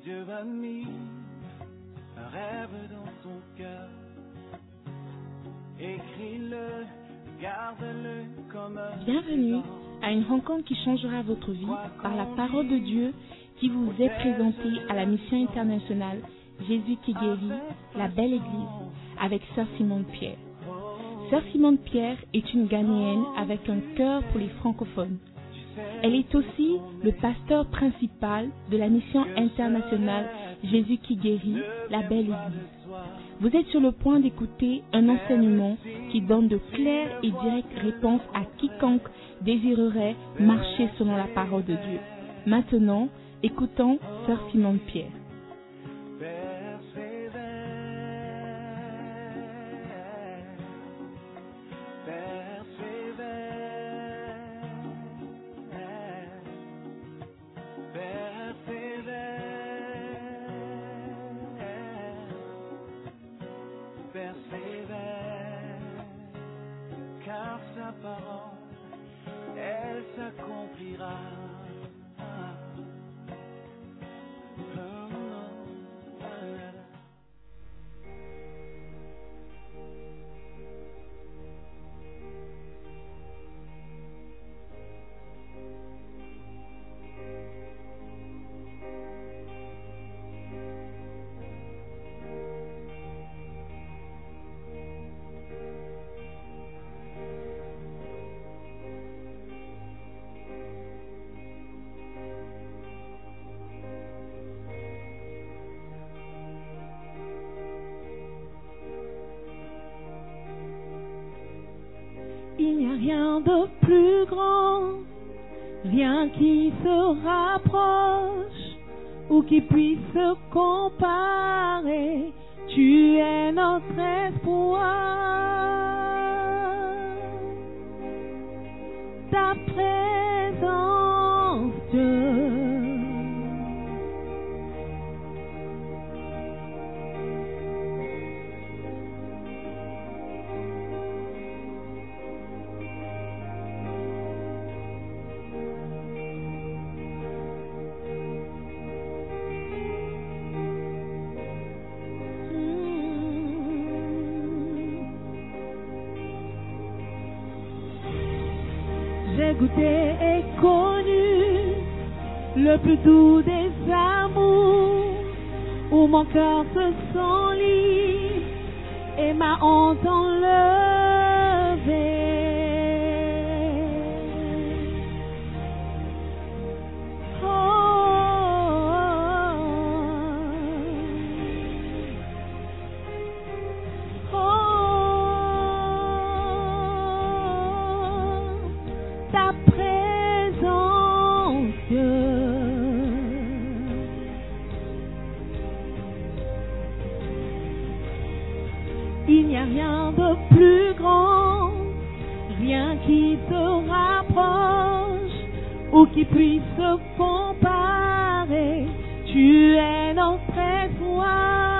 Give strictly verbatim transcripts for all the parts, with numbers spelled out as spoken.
Dieu a mis un rêve dans ton cœur. Écris-le, garde-le comme un... Bienvenue à une rencontre qui changera votre vie par la parole de Dieu qui vous est présentée à la mission internationale Jésus qui guérit, la belle église, avec Sœur Simone Pierre. Sœur Simone Pierre est une Ghanéenne avec un cœur pour les francophones. Elle est aussi le pasteur principal de la mission internationale Jésus qui guérit, la belle église. Vous êtes sur le point d'écouter un enseignement qui donne de claires et directes réponses à quiconque désirerait marcher selon la parole de Dieu. Maintenant, écoutons Sœur Simone Pierre. Car sa parole, elle s'accomplira. Il n'y a rien de plus grand, rien qui se rapproche ou qui puisse se comparer. Tu es notre espoir. Ta présence, Dieu. J'ai goûté et connu le plus doux des amours, où mon cœur se sent libre et ma honte enlevée. Il n'y a rien de plus grand, rien qui se rapproche ou qui puisse se comparer. Tu es notre espoir.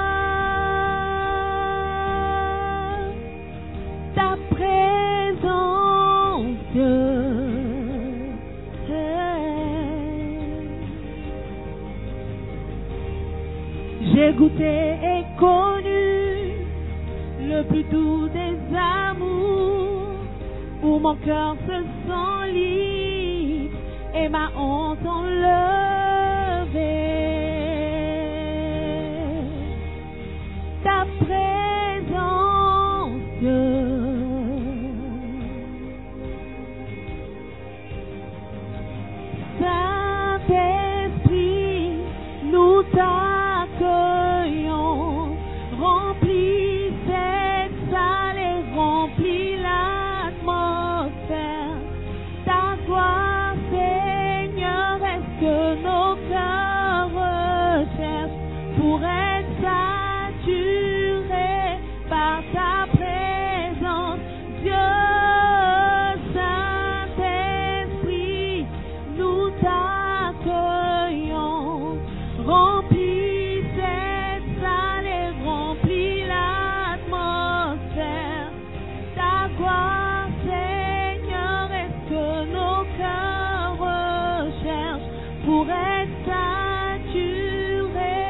Ta présence, Dieu. J'ai goûté et connu le plus doux des amours, où mon cœur se sent libre et ma honte enlevée. Ta présence, Dieu. Saint-Esprit, nous t'accueillons, remplis cette salle et remplis l'atmosphère. Ta gloire, Seigneur, est ce que nos cœurs recherchent pour être saturés par ta présence. Dieu, Saint-Esprit, nous t'accueillons, remplis cette salle et remplis l'atmosphère. Ta gloire, Seigneur, est ce que nos cœurs recherchent pour être saturés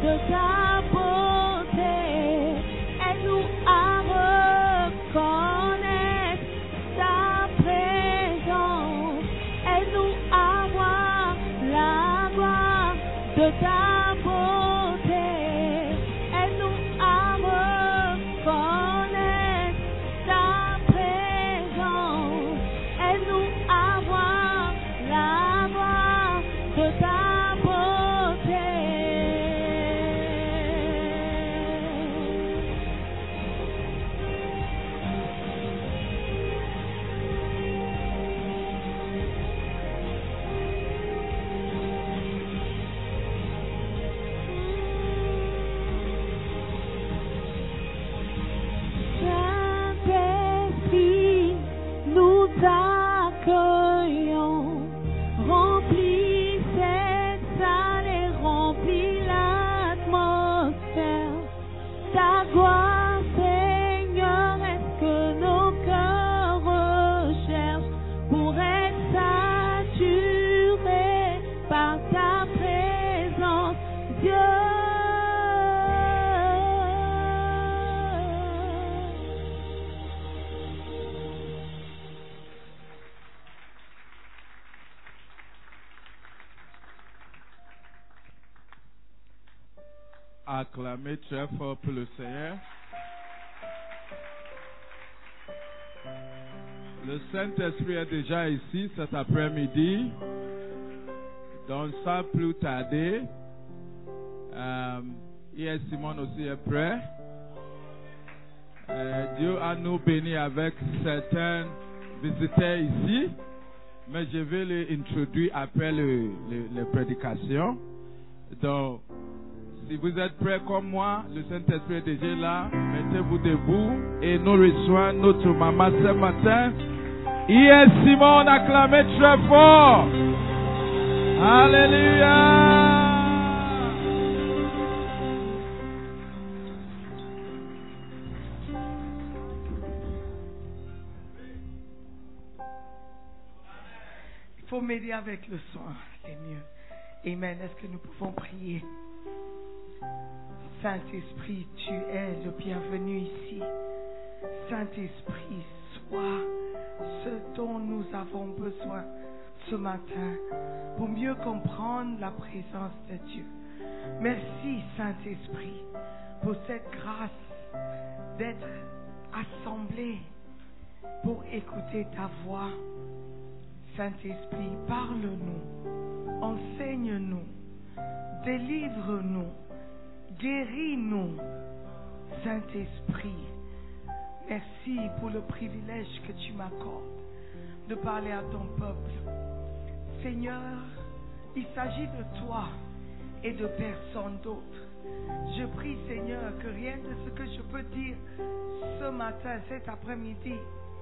de ta beauté. Aide-nous à reconnaître ta présence. Aide-nous à voir la gloire de ta beauté. Aide-nous à reconnaître ta présence. Aide-nous à voir la gloire de ta beauté. Saint-Esprit, nous accueillons. Remplis cette salle et remplis l'atmosphère. Ta gloire, Seigneur, est ce que nos cœurs recherchent pour être saturés par ta présence, Dieu. Acclamez très fort pour le Seigneur. Le Saint-Esprit est déjà ici cet après-midi. Donc sans plus tarder, euh, I S Simon aussi est prêt. Euh, Dieu a nous bénis avec certains visiteurs ici, mais je vais les introduire après le, le, les prédications. Donc, si vous êtes prêts comme moi, le Saint-Esprit est déjà là. Mettez-vous debout et nous reçoivons notre maman ce matin. I S Simon, acclamez très fort. Alléluia. Il faut m'aider avec le son, c'est mieux. Amen. Est-ce que nous pouvons prier? Saint-Esprit, tu es le bienvenu ici. Saint-Esprit, sois ce dont nous avons besoin ce matin pour mieux comprendre la présence de Dieu. Merci, Saint-Esprit, pour cette grâce d'être assemblés pour écouter ta voix. Saint-Esprit, parle-nous, enseigne-nous, délivre-nous, guéris-nous. Saint-Esprit, merci pour le privilège que tu m'accordes de parler à ton peuple. Seigneur, il s'agit de toi et de personne d'autre. Je prie, Seigneur, que rien de ce que je peux dire ce matin, cet après-midi,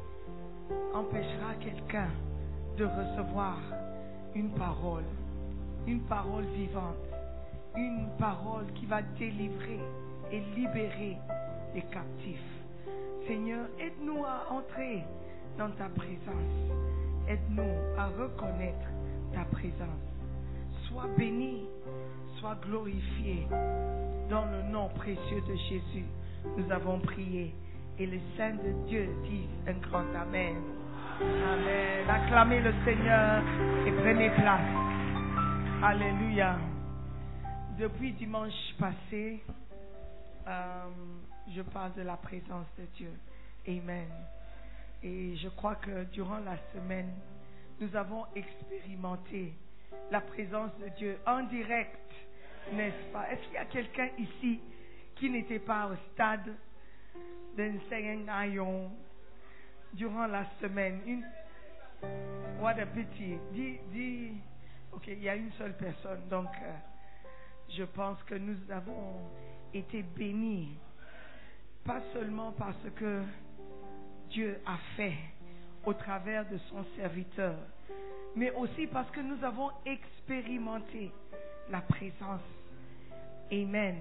empêchera quelqu'un de recevoir une parole, une parole vivante, une parole qui va délivrer et libérer les captifs. Seigneur, aide-nous à entrer dans ta présence. Aide-nous à reconnaître ta présence. Sois béni, sois glorifié. Dans le nom précieux de Jésus, nous avons prié. Et les saints de Dieu disent un grand Amen. Amen. Acclamez le Seigneur et prenez place. Alléluia. Depuis dimanche passé, euh, je parle de la présence de Dieu. Amen. Et je crois que durant la semaine, nous avons expérimenté la présence de Dieu en direct, n'est-ce pas? Est-ce qu'il y a quelqu'un ici qui n'était pas au stade d'un Seigneur durant la semaine? Une... What a pity. Dis, dis... Ok, il y a une seule personne, donc euh, je pense que nous avons été bénis, pas seulement parce que Dieu a fait au travers de son serviteur, mais aussi parce que nous avons expérimenté la présence. Amen.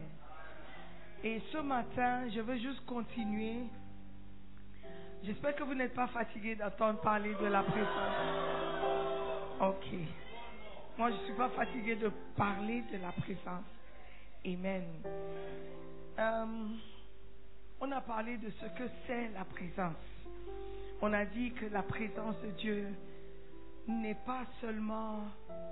Et ce matin, je veux juste continuer. J'espère que vous n'êtes pas fatigués d'entendre parler de la présence. Ok. Moi, je ne suis pas fatiguée de parler de la présence. Amen. Euh, on a parlé de ce que c'est la présence. On a dit que la présence de Dieu n'est pas seulement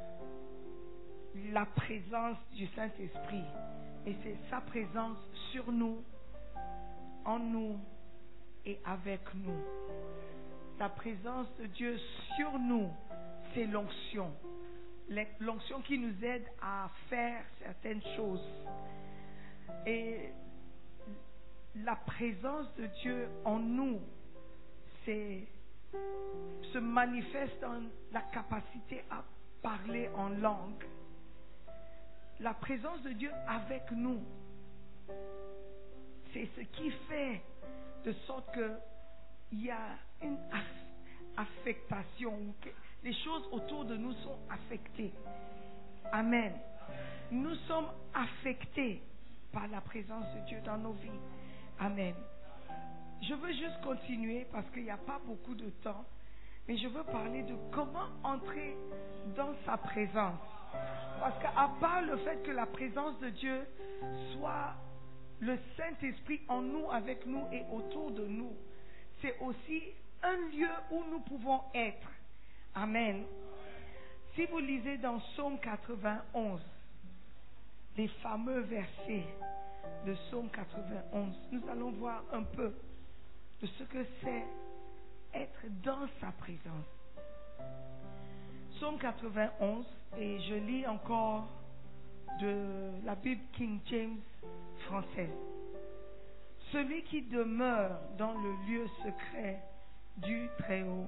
la présence du Saint-Esprit, mais c'est sa présence sur nous, en nous et avec nous. La présence de Dieu sur nous, c'est l'onction. L'onction qui nous aide à faire certaines choses. Et la présence de Dieu en nous, c'est se manifeste dans la capacité à parler en langue. La présence de Dieu avec nous, c'est ce qui fait de sorte que il y a une affectation, que les choses autour de nous sont affectées. Amen. Nous sommes affectés par la présence de Dieu dans nos vies. Amen. Je veux juste continuer parce qu'il n'y a pas beaucoup de temps, mais je veux parler de comment entrer dans sa présence. Parce qu'à part le fait que la présence de Dieu soit le Saint-Esprit en nous, avec nous et autour de nous, c'est aussi un lieu où nous pouvons être. Amen. Si vous lisez dans Psaume quatre-vingt-onze, les fameux versets de Psaume quatre-vingt-onze, nous allons voir un peu de ce que c'est être dans sa présence. Psaume quatre-vingt-onze, et je lis encore de la Bible King James française. Celui qui demeure dans le lieu secret du Très-Haut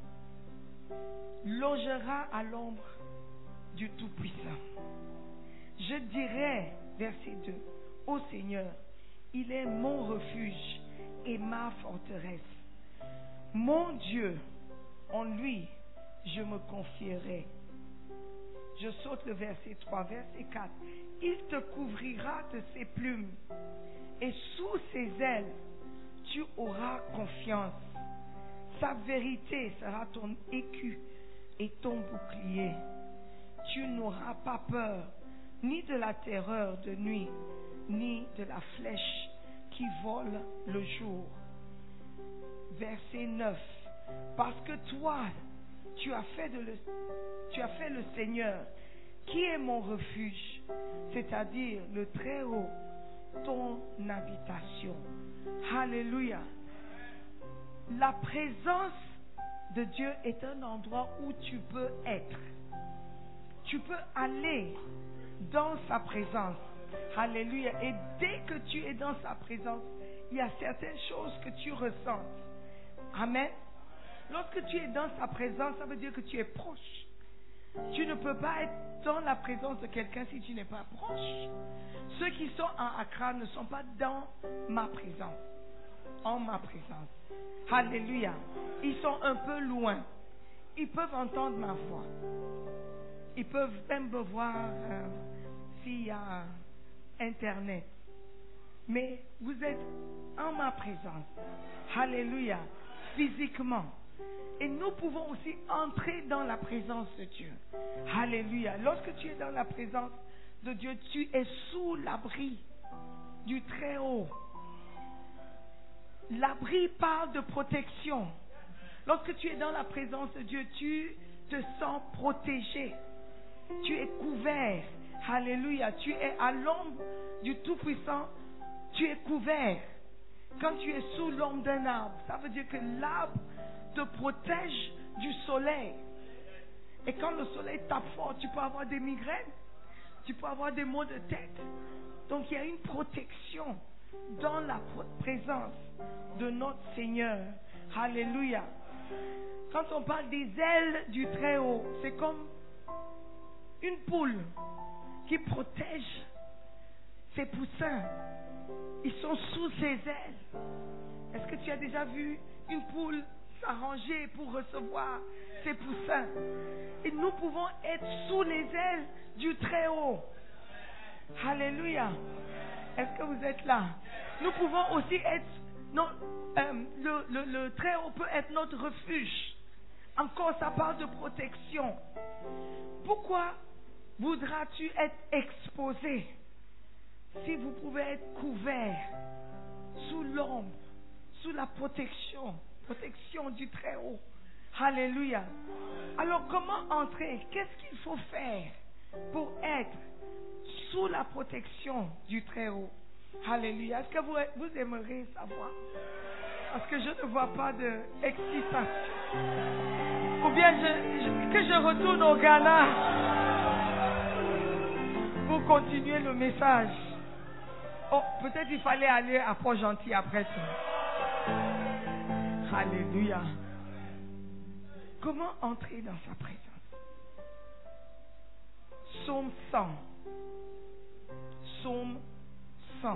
logera à l'ombre du Tout-Puissant. Je dirai, verset deux, ô Seigneur, il est mon refuge et ma forteresse. Mon Dieu, en lui, je me confierai. Je saute le verset trois, verset quatre. Il te couvrira de ses plumes et sous ses ailes, tu auras confiance. Sa vérité sera ton écu et ton bouclier. Tu n'auras pas peur ni de la terreur de nuit, ni de la flèche qui vole le jour. Verset neuf. Parce que toi, tu as fait, de le, tu as fait le Seigneur, qui est mon refuge, c'est-à-dire le Très-Haut, ton habitation. Alléluia. La présence de Dieu est un endroit où tu peux être. Tu peux aller dans sa présence. Alléluia. Et dès que tu es dans sa présence, il y a certaines choses que tu ressens. Amen. Lorsque tu es dans sa présence, ça veut dire que tu es proche. Tu ne peux pas être dans la présence de quelqu'un si tu n'es pas proche. Ceux qui sont en Accra ne sont pas dans ma présence, en ma présence. Alléluia. Ils sont un peu loin. Ils peuvent entendre ma voix. Ils peuvent même me voir euh, s'il y a Internet. Mais vous êtes en ma présence. Alléluia. Physiquement. Et nous pouvons aussi entrer dans la présence de Dieu. Alléluia. Lorsque tu es dans la présence de Dieu, tu es sous l'abri du Très-Haut. L'abri parle de protection. Lorsque tu es dans la présence de Dieu, tu te sens protégé. Tu es couvert. Alléluia. Tu es à l'ombre du Tout-Puissant. Tu es couvert. Quand tu es sous l'ombre d'un arbre, ça veut dire que l'arbre te protège du soleil. Et quand le soleil tape fort, tu peux avoir des migraines. Tu peux avoir des maux de tête. Donc il y a une protection dans la présence de notre Seigneur. Alléluia. Quand on parle des ailes du Très-Haut, c'est comme une poule qui protège ses poussins. Ils sont sous ses ailes. Est-ce que tu as déjà vu une poule s'arranger pour recevoir ses poussins? Et nous pouvons être sous les ailes du Très-Haut. Alléluia. Est-ce que vous êtes là? Nous pouvons aussi être... Non, euh, le, le, le Très-Haut peut être notre refuge. Encore, ça parle de protection. Pourquoi voudras-tu être exposé si vous pouvez être couvert sous l'ombre, sous la protection, protection du Très-Haut. Alléluia. Alors comment entrer? Qu'est-ce qu'il faut faire pour être sous la protection du Très-Haut? Alléluia. Est-ce que vous, vous aimeriez savoir? Parce que je ne vois pas d'excitation. Ou bien je, je, que je retourne au Ghana pour continuer le message. Oh, peut-être il fallait aller à Port-Gentil après tout. Alléluia. Comment entrer dans sa présence? Psaume cent. Psaume cent.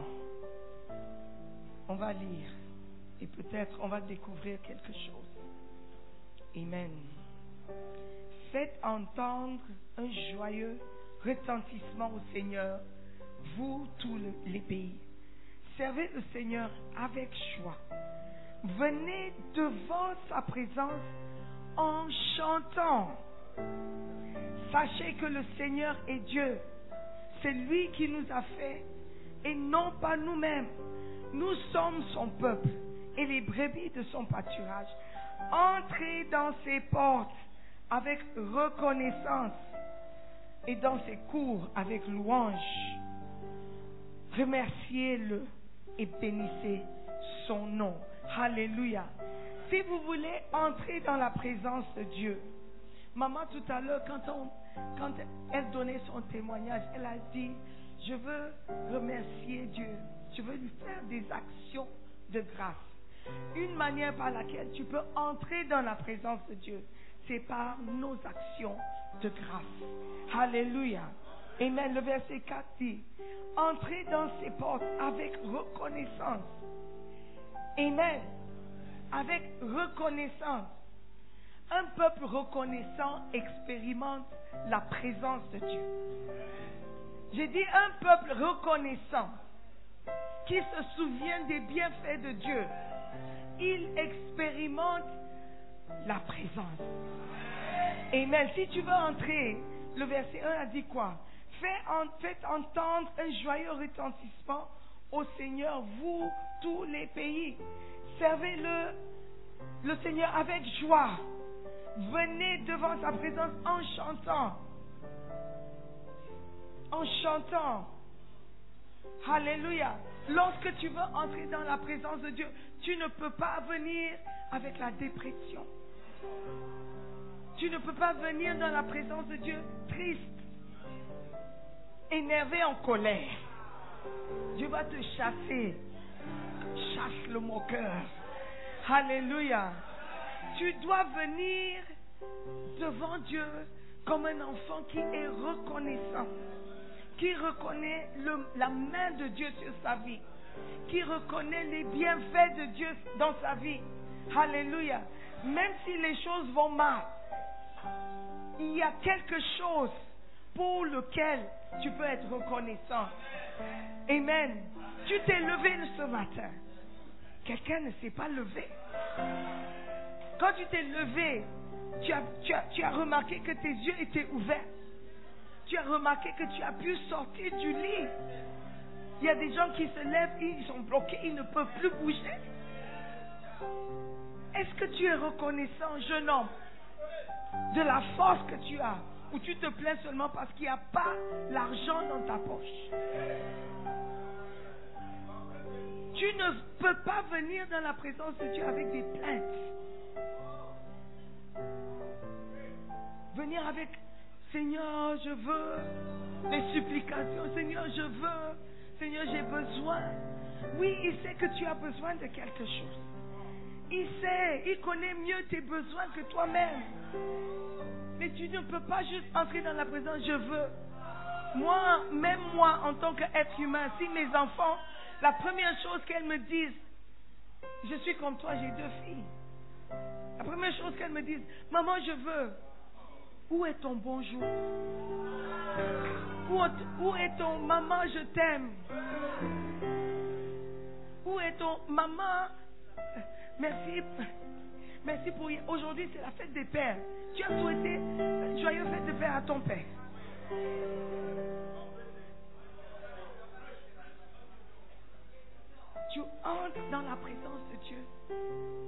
On va lire et peut-être on va découvrir quelque chose. Amen. Faites entendre un joyeux retentissement au Seigneur, vous tous les pays. Servez le Seigneur avec joie. Venez devant sa présence en chantant. Sachez que le Seigneur est Dieu. C'est lui qui nous a fait et non pas nous-mêmes. Nous sommes son peuple et les brebis de son pâturage. Entrez dans ses portes avec reconnaissance et dans ses cours avec louange. Remerciez-le et bénissez son nom. Alléluia. Si vous voulez entrer dans la présence de Dieu, maman tout à l'heure, quand, on, quand elle donnait son témoignage, elle a dit, je veux remercier Dieu. Je veux lui faire des actions de grâce. Une manière par laquelle tu peux entrer dans la présence de Dieu, c'est par nos actions de grâce. Alléluia. Amen. Le verset quatre dit, entrez dans ses portes avec reconnaissance. Amen. Avec reconnaissance. Un peuple reconnaissant expérimente la présence de Dieu. J'ai dit un peuple reconnaissant qui se souvient des bienfaits de Dieu. Il expérimente la présence. Amen. Si tu veux entrer, le verset un a dit quoi? Faites entendre un joyeux retentissement au Seigneur, vous, tous les pays. Servez-le, le Seigneur, avec joie. Venez devant sa présence en chantant. En chantant. Alléluia. Lorsque tu veux entrer dans la présence de Dieu, tu ne peux pas venir avec la dépression. Tu ne peux pas venir dans la présence de Dieu triste, énervé, en colère. Dieu va te chasser. Chasse le moqueur. Alléluia. Tu dois venir devant Dieu comme un enfant qui est reconnaissant, qui reconnaît le, la main de Dieu sur sa vie, qui reconnaît les bienfaits de Dieu dans sa vie. Alléluia. Même si les choses vont mal, il y a quelque chose pour lequel tu peux être reconnaissant. Amen. Tu t'es levé ce matin. Quelqu'un ne s'est pas levé. Quand tu t'es levé, tu as, tu as, tu as remarqué que tes yeux étaient ouverts. Tu as remarqué que tu as pu sortir du lit. Il y a des gens qui se lèvent, ils sont bloqués, ils ne peuvent plus bouger. Est-ce que tu es reconnaissant, jeune homme, de la force que tu as, ou tu te plains seulement parce qu'il n'y a pas l'argent dans ta poche? Tu ne peux pas venir dans la présence de Dieu avec des plaintes. Venir avec Seigneur, je veux des supplications. Seigneur, je veux. Seigneur, j'ai besoin. Oui, il sait que tu as besoin de quelque chose. Il sait, il connaît mieux tes besoins que toi-même. Mais tu ne peux pas juste entrer dans la présence, je veux. Moi, même moi, en tant qu'être humain, si mes enfants, la première chose qu'elles me disent, je suis comme toi, j'ai deux filles. La première chose qu'elles me disent, maman, je veux. Où est ton bonjour? Où, où est ton maman, je t'aime? Où est ton maman? Merci. Merci pour aujourd'hui, c'est la fête des pères. Tu as souhaité une joyeuse fête de père à ton père. tu entres dans la présence de Dieu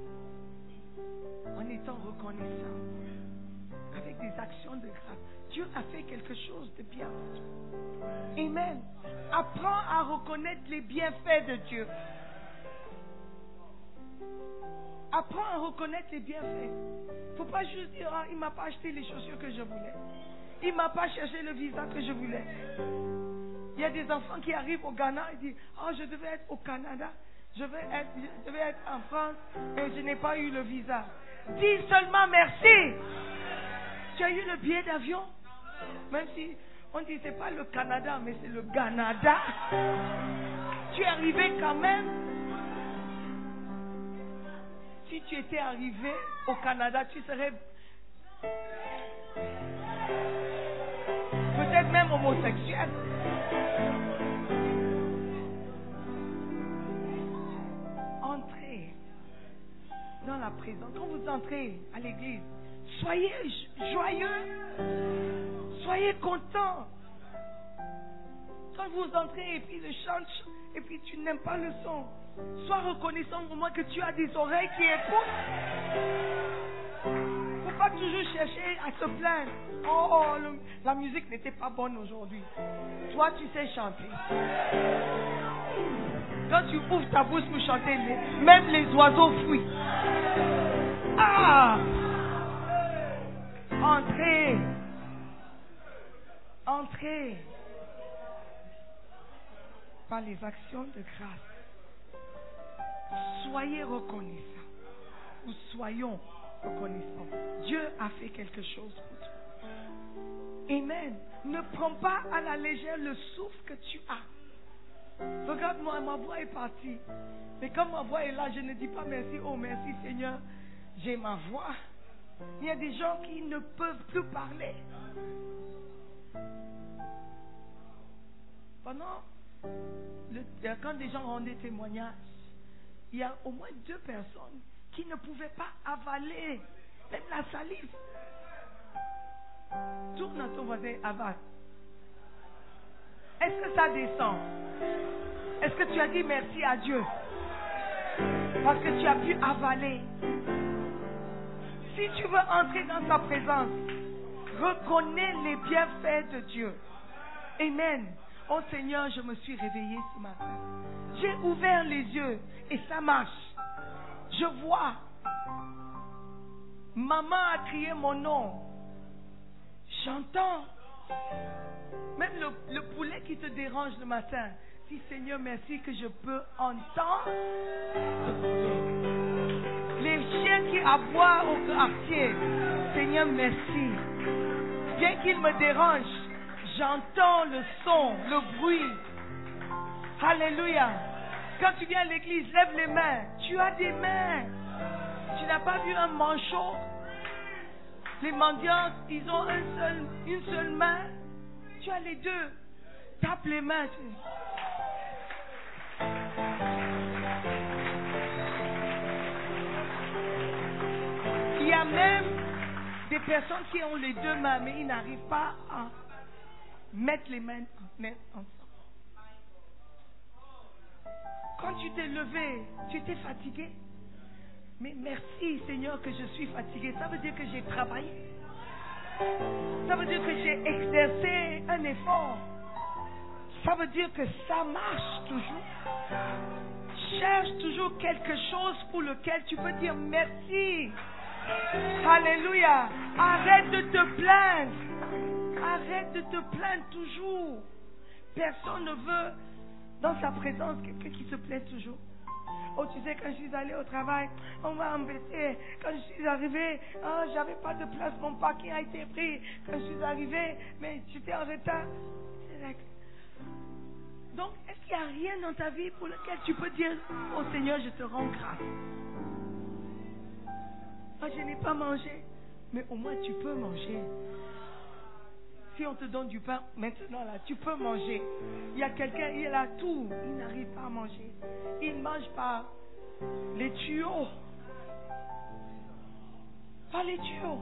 en étant reconnaissant, avec des actions de grâce. Dieu a fait quelque chose de bien. Amen. Apprends à reconnaître les bienfaits de Dieu. Apprends à reconnaître les bienfaits. Il ne faut pas juste dire, ah, il ne m'a pas acheté les chaussures que je voulais. Il ne m'a pas cherché le visa que je voulais. Il y a des enfants qui arrivent au Ghana et disent, oh, je devais être au Canada, je devais être, je devais être en France et je n'ai pas eu le visa. Dis seulement merci. Tu as eu le billet d'avion, même si on dit c'est pas le Canada, mais c'est le Canada. Tu es arrivé quand même. Si tu étais arrivé au Canada, tu serais peut-être même homosexuel. Entrez dans la présence. Quand vous entrez à l'église, soyez joyeux, soyez contents. Quand vous entrez et puis le chant, et puis tu n'aimes pas le son, sois reconnaissant au moins que tu as des oreilles qui écoutent. Il ne faut pas toujours chercher à se plaindre. Oh, oh le, la musique n'était pas bonne aujourd'hui. Toi, tu sais chanter. Quand tu ouvres ta bouche pour chanter, même les oiseaux fuient. Ah! Entrez. Entrez. Par les actions de grâce. Soyez reconnaissants. Ou soyons reconnaissants. Dieu a fait quelque chose pour toi. Amen. Ne prends pas à la légère le souffle que tu as. Regarde-moi, ma voix est partie. Mais comme ma voix est là, je ne dis pas merci. Oh, merci Seigneur, j'ai ma voix. Il y a des gens qui ne peuvent plus parler. Pendant le, quand des gens rendaient témoignage, il y a au moins deux personnes qui ne pouvaient pas avaler même la salive. Tourne à ton voisin, avale. Est-ce que ça descend? Est-ce que tu as dit merci à Dieu parce que tu as pu avaler? Si tu veux entrer dans sa présence, reconnais les bienfaits de Dieu. Amen. Oh Seigneur, je me suis réveillée ce matin. J'ai ouvert les yeux et ça marche. Je vois. Maman a crié mon nom. J'entends. Même le, le poulet qui te dérange le matin. Dis Seigneur, merci que je peux entendre. Les chiens qui aboient au quartier. Seigneur, merci. Bien qu'ils me dérangent, j'entends le son, le bruit. Alléluia. Quand tu viens à l'église, lève les mains. Tu as des mains. Tu n'as pas vu un manchot? Les mendiants, ils ont un seul, une seule main. Tu as les deux. Tape les mains. Il y a même des personnes qui ont les deux mains, mais ils n'arrivent pas à mettre les mains ensemble. Quand tu t'es levé, tu étais fatigué. Mais merci Seigneur que je suis fatigué. Ça veut dire que j'ai travaillé. Ça veut dire que j'ai exercé un effort. Ça veut dire que ça marche toujours. Cherche toujours quelque chose pour lequel tu peux dire merci. Alléluia. Arrête de te plaindre. Arrête de te plaindre toujours. Personne ne veut dans sa présence quelqu'un qui se plaint toujours. Oh, tu sais, quand je suis allée au travail, on m'a embêté. Quand je suis arrivée, oh, j'avais pas de place, mon parking a été pris. Quand je suis arrivée, mais j'étais en retard. Donc, est-ce qu'il n'y a rien dans ta vie pour lequel tu peux dire, oh Seigneur, je te rends grâce? Moi, je n'ai pas mangé, mais au moins tu peux manger. Si on te donne du pain, maintenant là, tu peux manger. Il y a quelqu'un, il a tout, il n'arrive pas à manger. Il mange par les tuyaux. Par les tuyaux.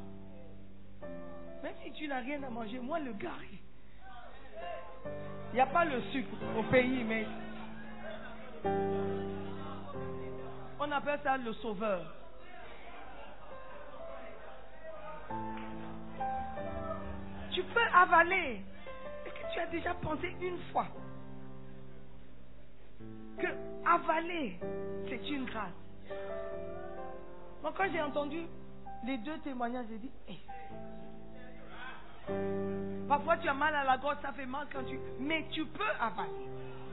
Même si tu n'as rien à manger, moi le gari. Il n'y a pas le sucre au pays, mais appelle ça le sauveur. Tu peux avaler. Est-ce que tu as déjà pensé une fois que avaler, c'est une grâce? Moi, quand j'ai entendu les deux témoignages, j'ai dit, hey. Parfois tu as mal à la gorge, ça fait mal quand tu... Mais tu peux avaler.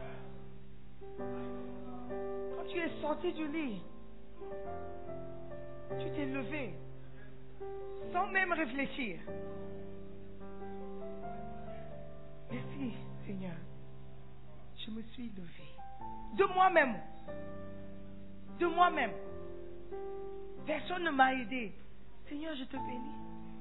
Quand tu es sorti du lit, tu t'es levé, sans même réfléchir. Merci, Seigneur. Je me suis levé. De moi-même. De moi-même. Personne ne m'a aidé. Seigneur, je te bénis.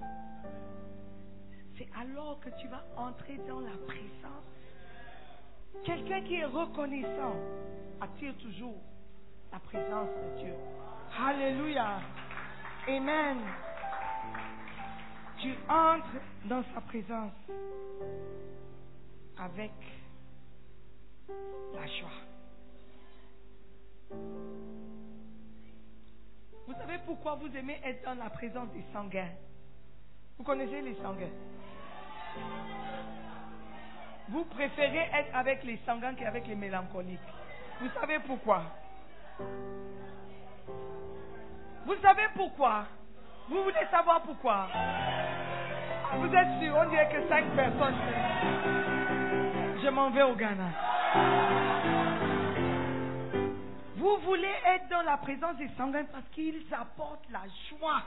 C'est alors que tu vas entrer dans la présence. Quelqu'un qui est reconnaissant attire toujours la présence de Dieu. Alléluia. Amen. Tu entres dans sa présence avec la joie. Vous savez pourquoi vous aimez être dans la présence des sanguins? Vous connaissez les sanguins? Vous préférez être avec les sanguins qu'avec les mélancoliques. Vous savez pourquoi? Vous savez pourquoi? Vous voulez savoir pourquoi? Ah, vous êtes sûr? On dirait que cinq personnes. Je m'en vais au Ghana. Vous voulez être dans la présence des sanguins parce qu'ils apportent la joie.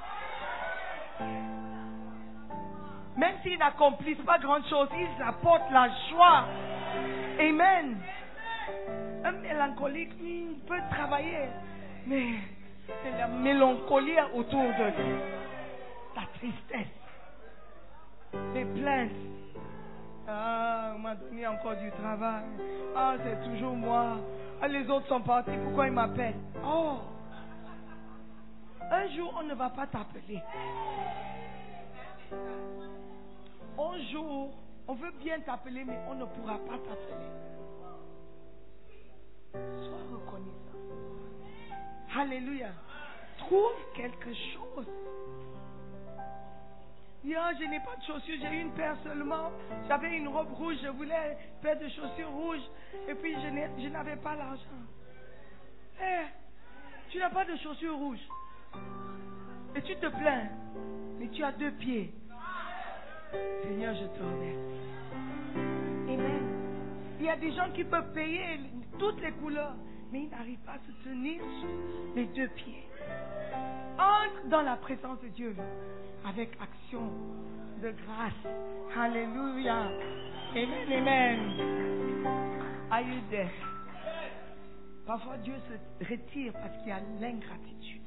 Même s'ils n'accomplissent pas grand chose, ils apportent la joie. Amen. Un mélancolique, il peut travailler, mais c'est la mélancolie autour de lui. La tristesse. Les plaintes. Ah, on m'a donné encore du travail. Ah, c'est toujours moi. Ah, les autres sont partis, pourquoi ils m'appellent? Oh! Un jour, on ne va pas t'appeler. Un jour, on veut bien t'appeler, mais on ne pourra pas t'appeler. Sois reconnaissant. Alléluia. Trouve quelque chose. Yeah, je n'ai pas de chaussures, j'ai une paire seulement. J'avais une robe rouge, je voulais une paire de chaussures rouges. Et puis je, n'ai, je n'avais pas l'argent. Eh, hey, tu n'as pas de chaussures rouges. Et tu te plains. Mais tu as deux pieds. Seigneur, je te remercie. Amen. Il y a des gens qui peuvent payer toutes les couleurs, mais ils n'arrivent pas à se tenir sur les deux pieds. Entre dans la présence de Dieu avec action de grâce. Alléluia. Amen, amen. Are you there? Parfois Dieu se retire parce qu'il y a l'ingratitude.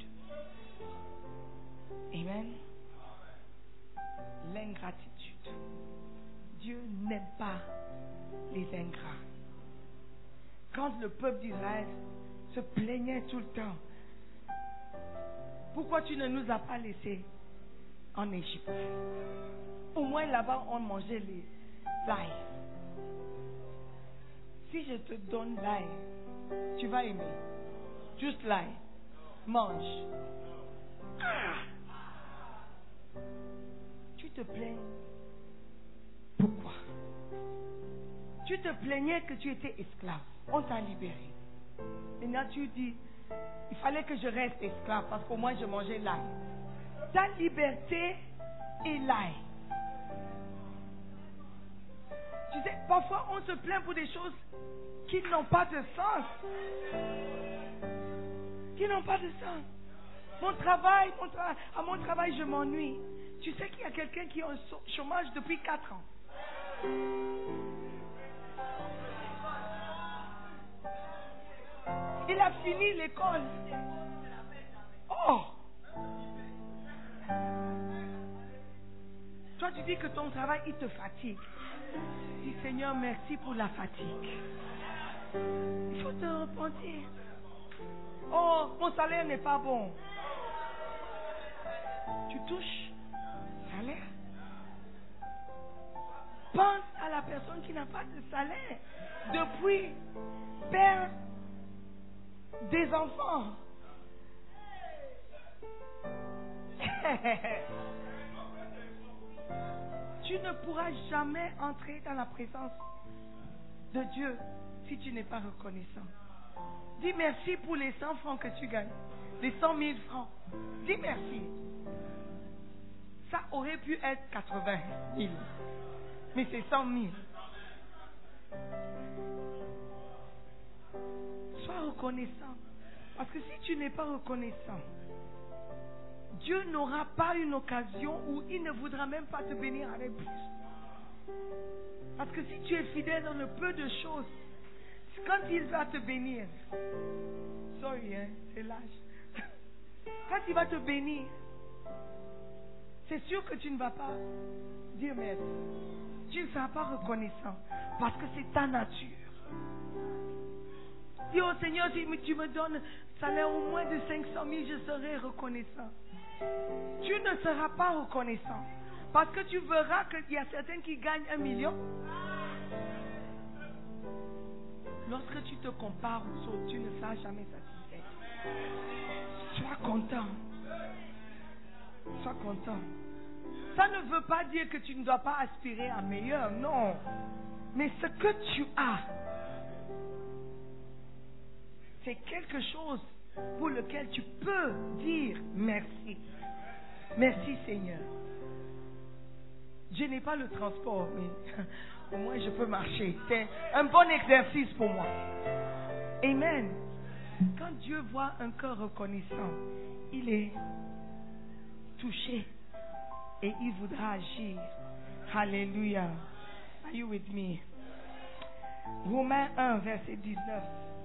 Amen. L'ingratitude. Dieu n'aime pas les ingrats. Quand le peuple d'Israël se plaignait tout le temps, pourquoi tu ne nous as pas laissés en Égypte? Au moins là-bas on mangeait les l'ail. Si je te donne l'ail, tu vas aimer. Juste l'ail. Mange. Ah! Tu te plains. Pourquoi? Tu te plaignais que tu étais esclave. On t'a libéré. Maintenant tu dis, il fallait que je reste esclave parce qu'au moins je mangeais l'ail. Ta liberté est l'ail. Tu sais, parfois on se plaint pour des choses qui n'ont pas de sens. Qui n'ont pas de sens. Mon travail, mon tra- à mon travail je m'ennuie. Tu sais qu'il y a quelqu'un qui est en chômage depuis quatre ans. Il a fini l'école. Oh! Toi, tu dis que ton travail, il te fatigue. Dis, Seigneur, merci pour la fatigue. Il faut te repentir. Oh, mon salaire n'est pas bon. Tu touches salaire. Pense à la personne qui n'a pas de salaire. Depuis, père des enfants. Tu ne pourras jamais entrer dans la présence de Dieu si tu n'es pas reconnaissant. Dis merci pour les cent francs que tu gagnes. Les cent mille francs. Dis merci. Ça aurait pu être quatre-vingt mille. Mais c'est cent mille. Sois reconnaissant. Parce que si tu n'es pas reconnaissant, Dieu n'aura pas une occasion où il ne voudra même pas te bénir avec plus. Parce que si tu es fidèle dans le peu de choses, quand il va te bénir, sorry, hein, c'est l'âge. Quand il va te bénir, c'est sûr que tu ne vas pas dire merci. Tu ne seras pas reconnaissant parce que c'est ta nature. Dis au Seigneur, si tu me donnes salaire au moins de cinq cent mille, je serai reconnaissant. Tu ne seras pas reconnaissant parce que tu verras qu'il y a certains qui gagnent un million. Lorsque tu te compares aux autres, tu ne seras jamais satisfait. Sois content. Sois content. Ça ne veut pas dire que tu ne dois pas aspirer à meilleur, non. Mais ce que tu as, c'est quelque chose pour lequel tu peux dire merci. Merci Seigneur. Je n'ai pas le transport, mais au moins je peux marcher. C'est un bon exercice pour moi. Amen. Quand Dieu voit un cœur reconnaissant, il est touché et il voudra agir. Alléluia. Are you with me? Romains un, verset dix-neuf.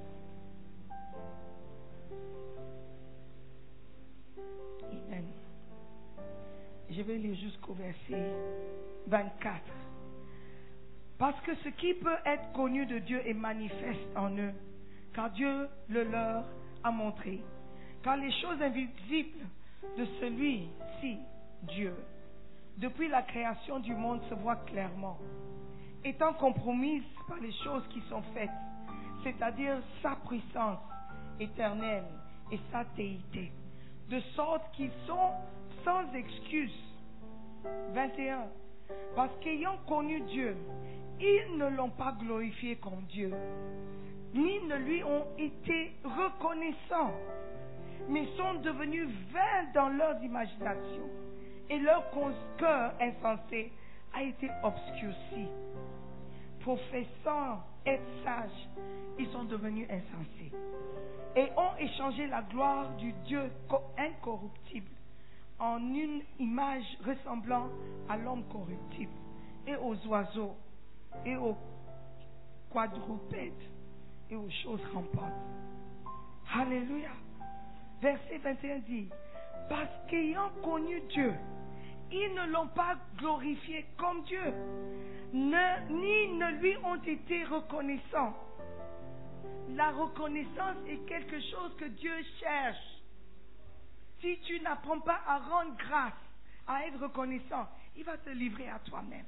Amen. Je vais lire jusqu'au verset vingt-quatre. Parce que ce qui peut être connu de Dieu est manifeste en eux, car Dieu le leur a montré. Car les choses invisibles de celui-ci, Dieu, depuis la création du monde se voient clairement, étant compromises par les choses qui sont faites, c'est-à-dire sa puissance éternelle et sa déité, de sorte qu'ils sont sans excuse. vingt et un. Parce qu'ayant connu Dieu, ils ne l'ont pas glorifié comme Dieu, ni ne lui ont été reconnaissants, mais sont devenus vains dans leurs imaginations, et leur cœur insensé a été obscurci. Professant être sages, ils sont devenus insensés, et ont échangé la gloire du Dieu incorruptible en une image ressemblant à l'homme corruptible, et aux oiseaux, et aux quadrupèdes, et aux choses rampantes. Alléluia. Verset vingt et un dit, parce qu'ayant connu Dieu, ils ne l'ont pas glorifié comme Dieu, ne, ni ne lui ont été reconnaissants. La reconnaissance est quelque chose que Dieu cherche. Si tu n'apprends pas à rendre grâce, à être reconnaissant, il va te livrer à toi-même.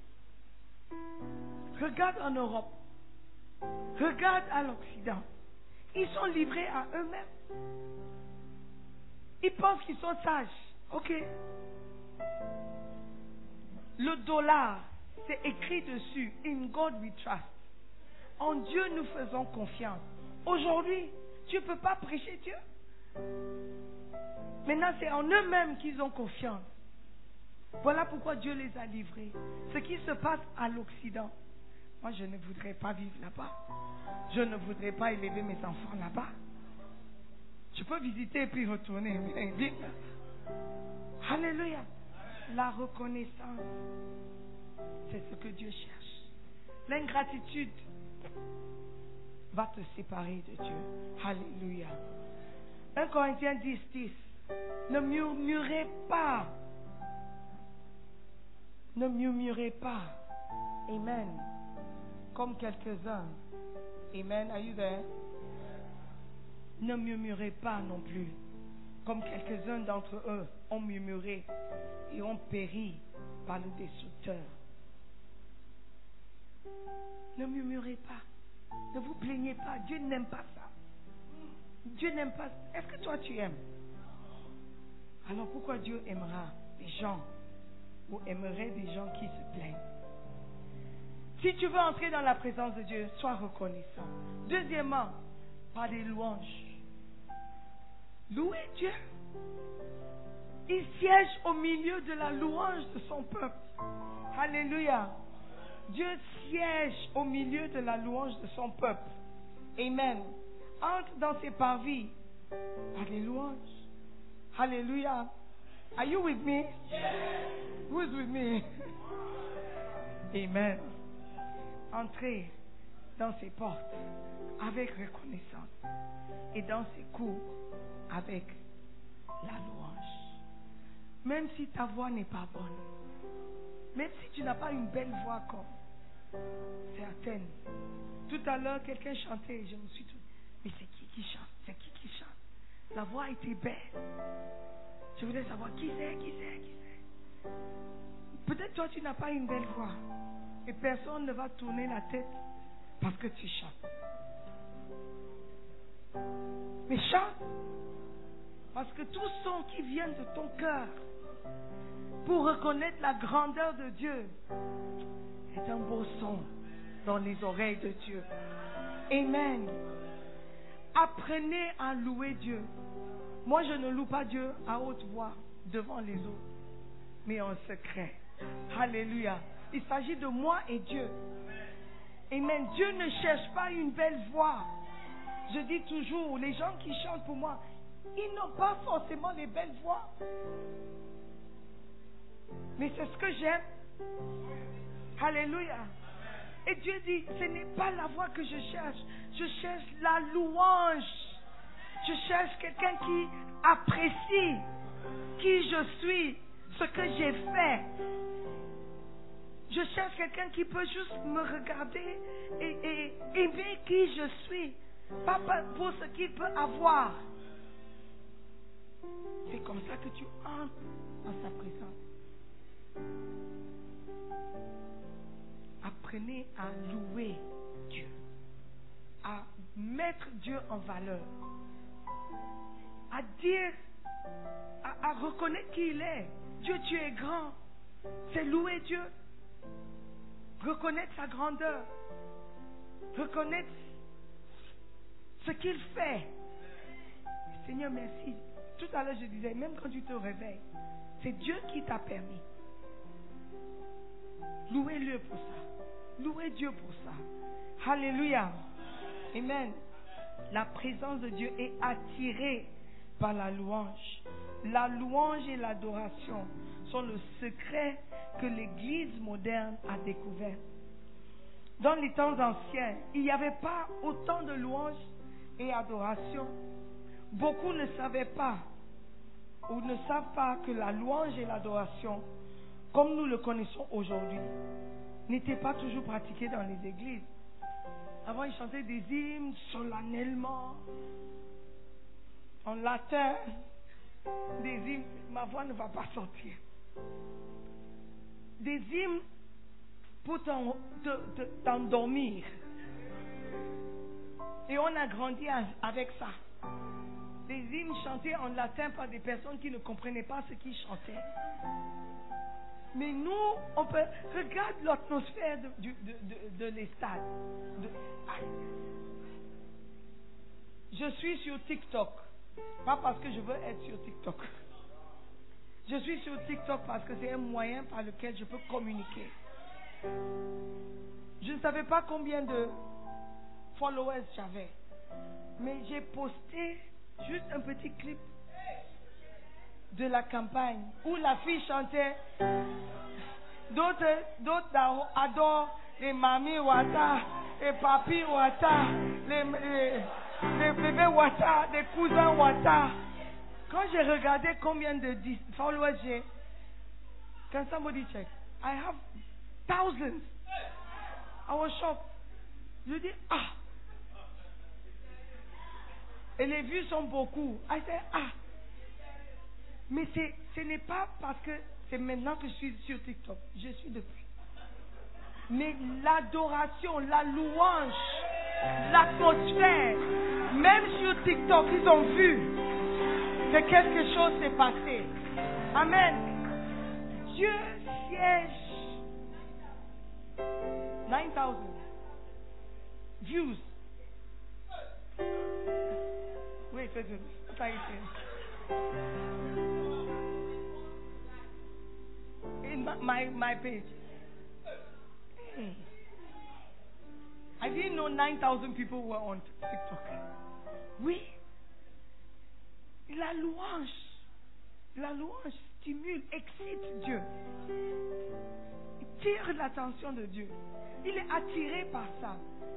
Regarde en Europe. Regarde à l'Occident. Ils sont livrés à eux-mêmes. Ils pensent qu'ils sont sages. Ok. Le dollar, c'est écrit dessus. In God we trust. En Dieu nous faisons confiance. Aujourd'hui, tu ne peux pas prêcher Dieu. Maintenant, c'est en eux-mêmes qu'ils ont confiance. Voilà pourquoi Dieu les a livrés. Ce qui se passe à l'Occident, moi je ne voudrais pas vivre là-bas. Je ne voudrais pas élever mes enfants là-bas. Je peux visiter et puis retourner, mais vite. Alléluia. La reconnaissance, c'est ce que Dieu cherche. L'ingratitude va te séparer de Dieu. Alléluia. un Corinthiens dix, dix. Ne murmurez pas. Ne murmurez pas. Amen. Comme quelques-uns. Amen. Are you there? Ne murmurez pas non plus. Comme quelques-uns d'entre eux ont murmuré et ont péri par le destructeur. Ne murmurez pas. Ne vous plaignez pas. Dieu n'aime pas ça. Dieu n'aime pas ça. Est-ce que toi tu aimes? Alors pourquoi Dieu aimera des gens ou aimerait des gens qui se plaignent? Si tu veux entrer dans la présence de Dieu, sois reconnaissant. Deuxièmement, par des louanges. Louez Dieu. Il siège au milieu de la louange de son peuple. Alléluia. Dieu siège au milieu de la louange de son peuple. Amen. Entre dans ses parvis par des louanges. Alléluia. Are you with me? Who is with me? Amen. Entrez dans ses portes avec reconnaissance et dans ses cours avec la louange. Même si ta voix n'est pas bonne, même si tu n'as pas une belle voix comme certaines. Tout à l'heure, quelqu'un chantait et je me suis dit, mais c'est qui qui chante? C'est qui qui chante? La voix était belle. Je voulais savoir qui c'est, qui c'est, qui c'est. Peut-être toi, tu n'as pas une belle voix et personne ne va tourner la tête parce que tu chantes. Mais chante, parce que tout son qui vient de ton cœur pour reconnaître la grandeur de Dieu est un beau son dans les oreilles de Dieu. Amen. Apprenez à louer Dieu. Moi, je ne loue pas Dieu à haute voix devant les autres, mais en secret. Alléluia. Il s'agit de moi et Dieu. Amen. Dieu ne cherche pas une belle voix. Je dis toujours, les gens qui chantent pour moi, ils n'ont pas forcément les belles voix. Mais c'est ce que j'aime. Alléluia. Et Dieu dit, ce n'est pas la voix que je cherche. Je cherche la louange. Je cherche quelqu'un qui apprécie qui je suis, ce que j'ai fait. Je cherche quelqu'un qui peut juste me regarder et, et aimer qui je suis. Pas pour ce qu'il peut avoir. C'est comme ça que tu entres dans sa présence. Apprenez à louer Dieu, à mettre Dieu en valeur, à dire, à, à reconnaître qui il est. Dieu, tu es grand. C'est louer Dieu. Reconnaître sa grandeur. Reconnaître ce qu'il fait. Seigneur, merci. Tout à l'heure, je disais, même quand tu te réveilles, c'est Dieu qui t'a permis. Louez-le pour ça. Louez Dieu pour ça. Alléluia. Amen. La présence de Dieu est attirée par la louange. La louange et l'adoration sont le secret que l'Église moderne a découvert. Dans les temps anciens, il n'y avait pas autant de louanges et adoration. Beaucoup ne savaient pas ou ne savent pas que la louange et l'adoration, comme nous le connaissons aujourd'hui, n'étaient pas toujours pratiquées dans les églises. Avant, ils chantaient des hymnes solennellement, en latin, des hymnes, ma voix ne va pas sortir. Des hymnes pour t'endormir. Et on a grandi avec ça. Des hymnes chantés en latin par des personnes qui ne comprenaient pas ce qu'ils chantaient. Mais nous, on peut... Regarde l'atmosphère de, de, de, de, de l'estade. De, je suis sur TikTok. Pas parce que je veux être sur TikTok. Je suis sur TikTok parce que c'est un moyen par lequel je peux communiquer. Je ne savais pas combien de followers j'avais. Mais j'ai posté juste un petit clip de la campagne où la fille chantait. D'autres, d'autres adorent les mamies Ouattara, les papis Ouattara, les, les, les bébés Ouattara, les cousins Ouattara. Quand j'ai regardé combien de followers j'ai, can somebody check? I have thousands. I was shocked. Je dis, ah. Et les vues sont beaucoup. I said, ah. Mais c'est, ce n'est pas parce que c'est maintenant que je suis sur TikTok. Je suis depuis. Mais l'adoration, la louange, l'atmosphère, même sur TikTok, ils ont vu que quelque chose s'est passé. Amen. Dieu siège. nine thousand views. Wait, wait, wait. What are you saying? In my, my, my page. Hey. I didn't know nine thousand people were on TikTok. Oui. La louange. La louange stimule, excite Dieu. Il tire l'attention de Dieu. Il est attiré par ça.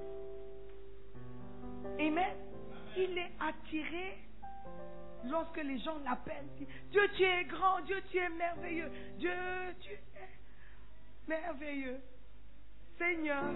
Amen. Il est attiré lorsque les gens l'appellent. Dieu, tu es grand. Dieu, tu es merveilleux. Dieu, tu es merveilleux. Seigneur.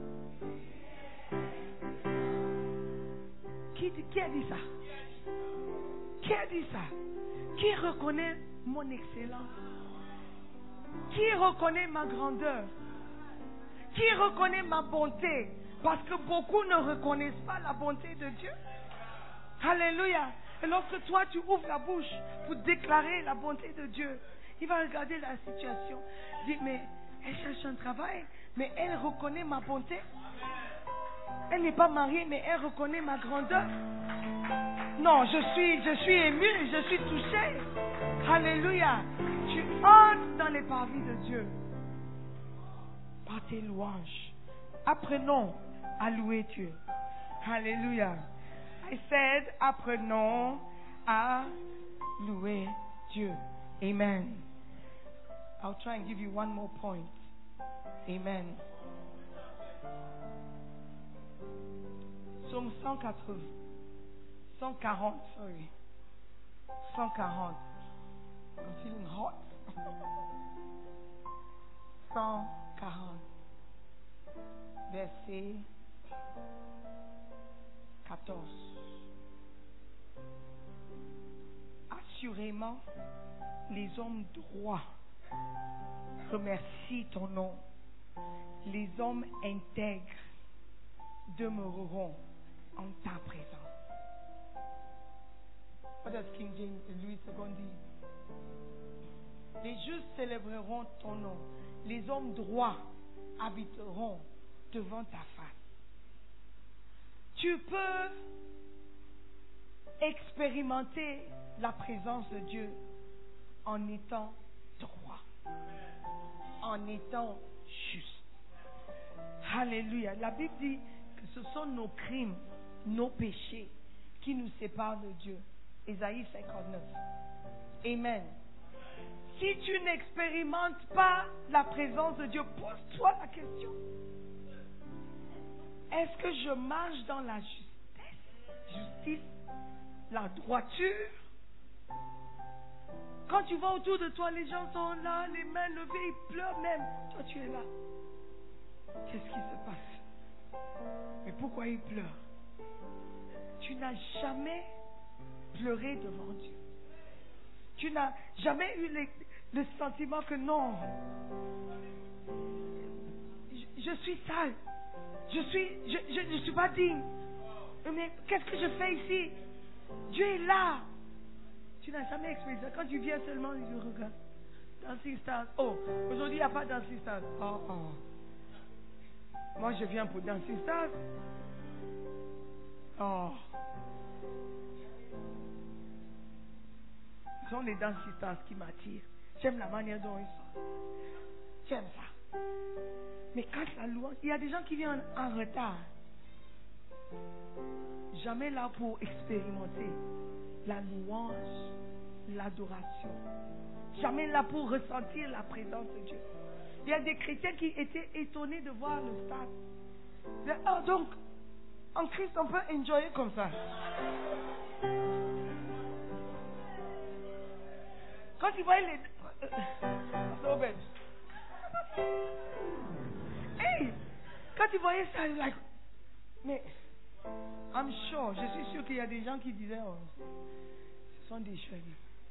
Qui, qui a dit ça? Qui a dit ça? Qui reconnaît mon excellence? Qui reconnaît ma grandeur? Qui reconnaît ma bonté? Parce que beaucoup ne reconnaissent pas la bonté de Dieu. Alléluia. Et lorsque toi tu ouvres la bouche pour déclarer la bonté de Dieu, il va regarder la situation. Il dit, mais elle cherche un travail, mais elle reconnaît ma bonté. Elle n'est pas mariée, mais elle reconnaît ma grandeur. Non, je suis, je suis ému, je suis touché. Alléluia. Tu entres dans les parvis de Dieu par tes louanges. Apprenons à louer Dieu. Alléluia. I said, apprenons à louer Dieu. Amen. I'll try and give you one more point. Amen. Psaume cent quatre-vingts. cent quarante, sorry. cent quarante. I'm feeling hot. cent quarante. Verset quatorze. Assurément, les hommes droits remercient ton nom. Les hommes intègres demeureront en ta présence. What does King James Louis deux dit? Les justes célébreront ton nom. Les hommes droits habiteront devant ta face. Tu peux expérimenter la présence de Dieu en étant droit, en étant juste. Alléluia. La Bible dit que ce sont nos crimes, nos péchés qui nous séparent de Dieu. Ésaïe cinquante-neuf. Amen. Si tu n'expérimentes pas la présence de Dieu, pose-toi la question. Est-ce que je marche dans la justice, justice, la droiture? Quand tu vois autour de toi, les gens sont là, les mains levées, ils pleurent même. Toi, tu es là. Qu'est-ce qui se passe? Mais pourquoi ils pleurent? Tu n'as jamais pleuré devant Dieu. Tu n'as jamais eu le, le sentiment que non, je, je suis sale. Je suis, je, je, je suis pas digne. Mais qu'est-ce que je fais ici? Dieu est là. Tu n'as jamais expérimenté ça. Quand tu viens seulement, tu regardes. Dancing Stars. Oh, aujourd'hui, il n'y a pas Dancing Stars. Oh, oh. Moi, je viens pour Dancing Stars. Oh. Ce sont les Dancing Stars qui m'attirent. J'aime la manière dont ils sont. J'aime ça. Mais quand la louange, il y a des gens qui viennent en, en retard. Jamais là pour expérimenter la louange, l'adoration. Jamais là pour ressentir la présence de Dieu. Il y a des chrétiens qui étaient étonnés de voir le stade. Oh, donc, en Christ, on peut enjoyer comme ça. Quand ils voyaient les... Hey! Quand ils voyaient ça, ils like... Mais... I'm sure, je suis sûr qu'il y a des gens qui disaient, oh, ce sont des cheveux.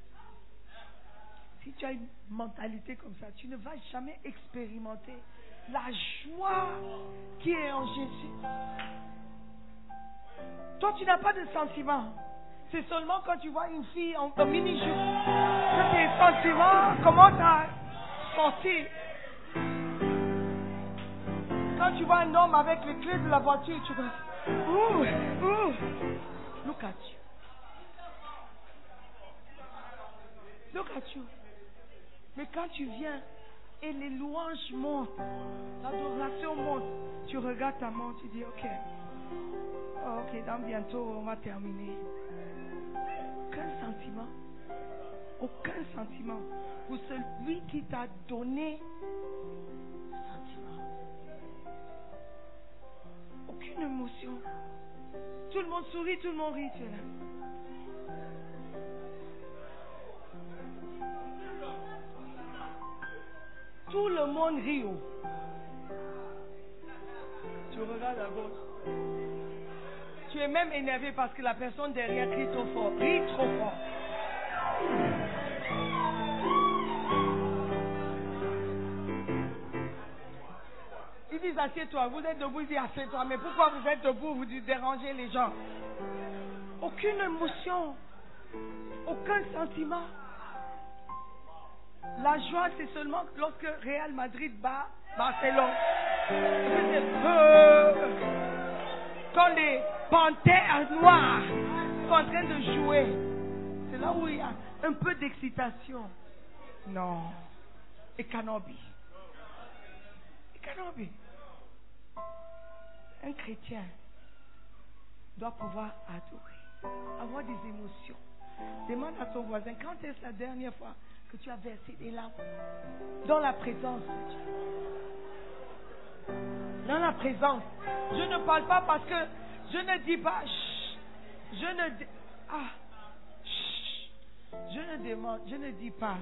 Si tu as une mentalité comme ça, tu ne vas jamais expérimenter la joie qui est en Jésus. Toi, tu n'as pas de sentiment. C'est seulement quand tu vois une fille en, en mini-jupe que tes sentiments commencent à sortir. Quand tu vois un homme avec les clés de la voiture, tu vas... Ouh, ouh. Look at you. Look at you. Mais quand tu viens et les louanges montent, l'adoration monte, tu regardes ta montre, tu dis ok, oh, ok, dans bientôt on va terminer. Aucun sentiment, aucun sentiment pour celui qui t'a donné sentiment. Aucune émotion. Tout le monde sourit, tout le monde rit, tu es là. Tout le monde rit. Oh. Tu regardes à gauche. Tu es même énervé parce que la personne derrière crie trop fort. Rit trop fort. Ils disent assieds-toi. Vous êtes debout, ils disent assieds-toi. Mais pourquoi vous êtes debout? Vous dérangez les gens. Aucune émotion. Aucun sentiment. La joie, c'est seulement lorsque Real Madrid bat Barcelone. Quand les panthères noires sont en train de jouer, c'est là où il y a un peu d'excitation. Non. Et cannabis. Et cannabis. Un chrétien doit pouvoir adorer, avoir des émotions. Demande à ton voisin, quand est-ce la dernière fois que tu as versé des larmes dans la présence de Dieu? Dans la présence. Je ne parle pas parce que je ne dis pas chut, je ne dis, ah, chut, je ne demande, je ne dis pas.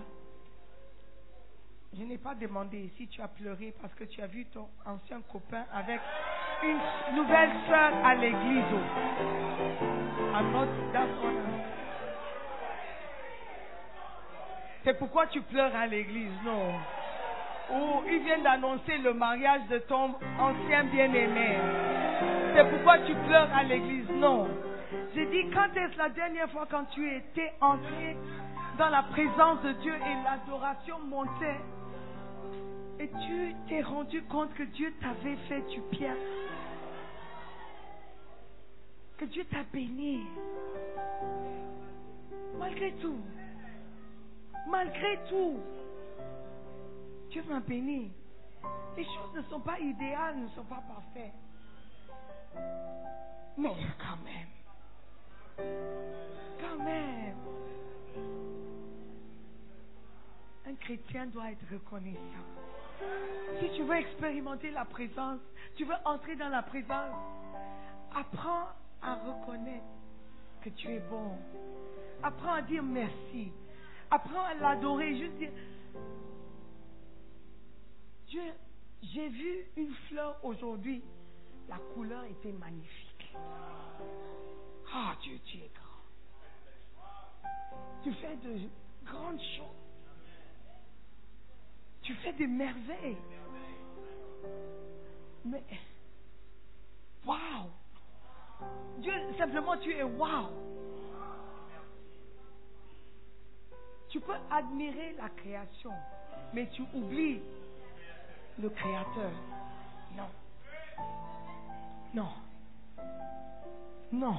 Je n'ai pas demandé si tu as pleuré parce que tu as vu ton ancien copain avec une nouvelle sœur à l'église. I'm not, that's what I'm... C'est pourquoi tu pleures à l'église, non. Ou ils viennent d'annoncer le mariage de ton ancien bien-aimé. C'est pourquoi tu pleures à l'église, non. J'ai dit, quand est-ce la dernière fois quand tu étais entré dans la présence de Dieu et l'adoration montait et tu t'es rendu compte que Dieu t'avait fait du bien, que Dieu t'a béni, malgré tout. Malgré tout, Dieu m'a béni. Les choses ne sont pas idéales, ne sont pas parfaites. Mais quand même, quand même, un chrétien doit être reconnaissant. Si tu veux expérimenter la présence, tu veux entrer dans la présence, apprends à reconnaître que tu es bon. Apprends à dire merci. Apprends à l'adorer, juste dire, Dieu, j'ai vu une fleur aujourd'hui, la couleur était magnifique. Ah, Dieu, tu es grand. Tu fais de grandes choses. Tu fais des merveilles. Mais, waouh! Dieu, simplement, tu es waouh! Tu peux admirer la création, mais tu oublies le Créateur. Non. Non. Non.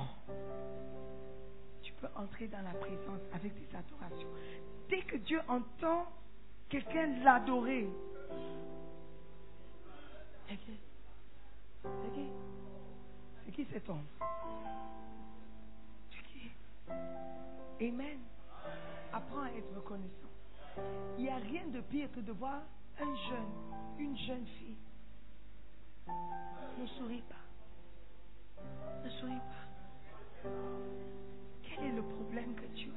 Tu peux entrer dans la présence avec des adorations. Dès que Dieu entend quelqu'un l'adorer, c'est qui? C'est qui? C'est qui cet homme? C'est qui? Amen. Apprends à être reconnaissant. Il n'y a rien de pire que de voir un jeune, une jeune fille. Ne souris pas. Ne souris pas. Quel est le problème que tu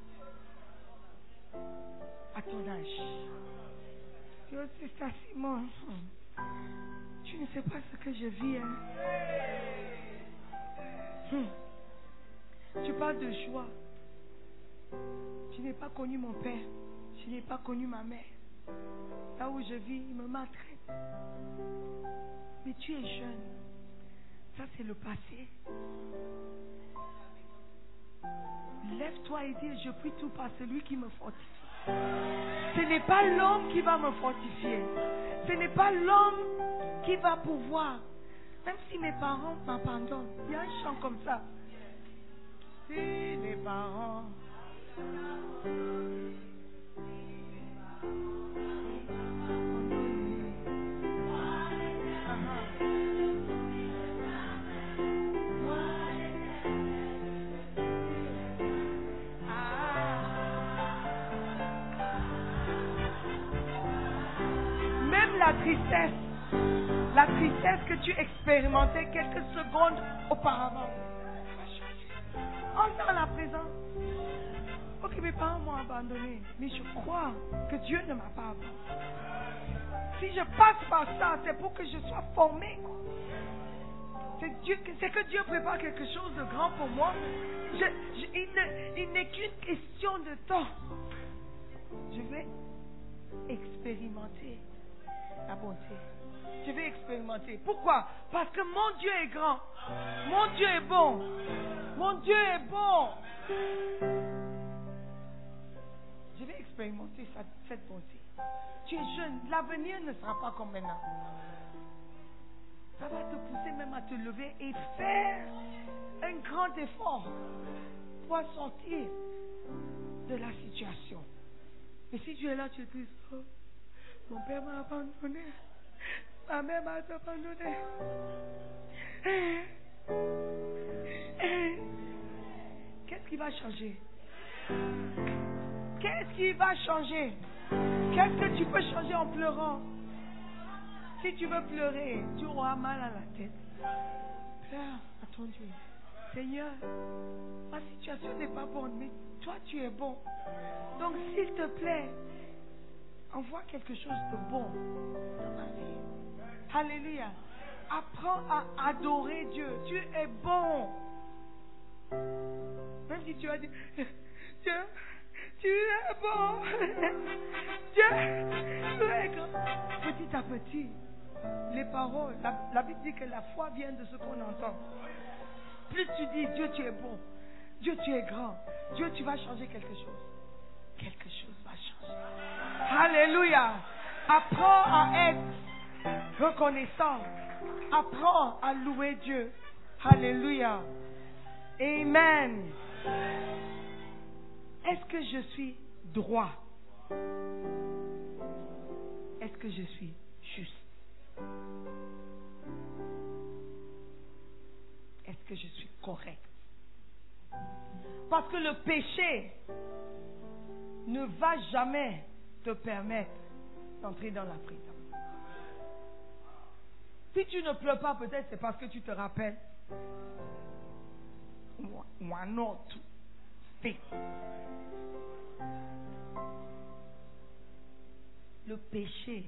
as à ton âge? Dieu, c'est ça, Simon. Tu ne sais pas ce que je vis. Hein? Hum. Tu parles de joie. Je n'ai pas connu mon père. Je n'ai pas connu ma mère. Là où je vis, ils me maltraitent. Mais tu es jeune. Ça, c'est le passé. lève-toi et dis, je puis tout par celui qui me fortifie. Ce n'est pas l'homme qui va me fortifier. Ce n'est pas l'homme qui va pouvoir. Même si mes parents m'abandonnent. Il y a un chant comme ça. Si les parents... La tristesse, la tristesse que tu expérimentais quelques secondes auparavant. Entre dans la présence. Ok, mes parents m'ont abandonné, mais je crois que Dieu ne m'a pas abandonné. Si je passe par ça, c'est pour que je sois formé. C'est, Dieu, c'est que Dieu prépare quelque chose de grand pour moi. Je, je, il, ne, il n'est qu'une question de temps. Je vais expérimenter la bonté. Je vais expérimenter. Pourquoi? Parce que mon Dieu est grand. Mon Dieu est bon. Mon Dieu est bon. Je vais expérimenter cette, cette bonté. Tu es jeune. L'avenir ne sera pas comme maintenant. Ça va te pousser même à te lever et faire un grand effort pour sortir de la situation. Et si tu es là, tu te dis, oh, mon père m'a abandonné. Ma mère m'a abandonné. Eh, eh. Qu'est-ce qui va changer? Qu'est-ce qui va changer? Qu'est-ce que tu peux changer en pleurant? Si tu veux pleurer, tu auras mal à la tête. Pleure à ton Dieu. Seigneur, ma situation n'est pas bonne, mais toi tu es bon. Donc s'il te plaît, envoie quelque chose de bon dans ma vie. Alléluia. Apprends à adorer Dieu. Tu es bon. Même si tu as dit, Dieu, tu es bon. Dieu, tu es grand. Petit à petit, les paroles, la, la Bible dit que la foi vient de ce qu'on entend. Plus tu dis, Dieu, tu es bon. Dieu, tu es grand. Dieu, tu vas changer quelque chose. Quelque chose va changer. Alléluia. Apprends à être reconnaissant. Apprends à louer Dieu. Alléluia. Amen. Est-ce que je suis droit? Est-ce que je suis juste? Est-ce que je suis correct? Parce que le péché ne va jamais te permettre d'entrer dans la prison. Si tu ne pleures pas, peut-être c'est parce que tu te rappelles one or two things. Le péché.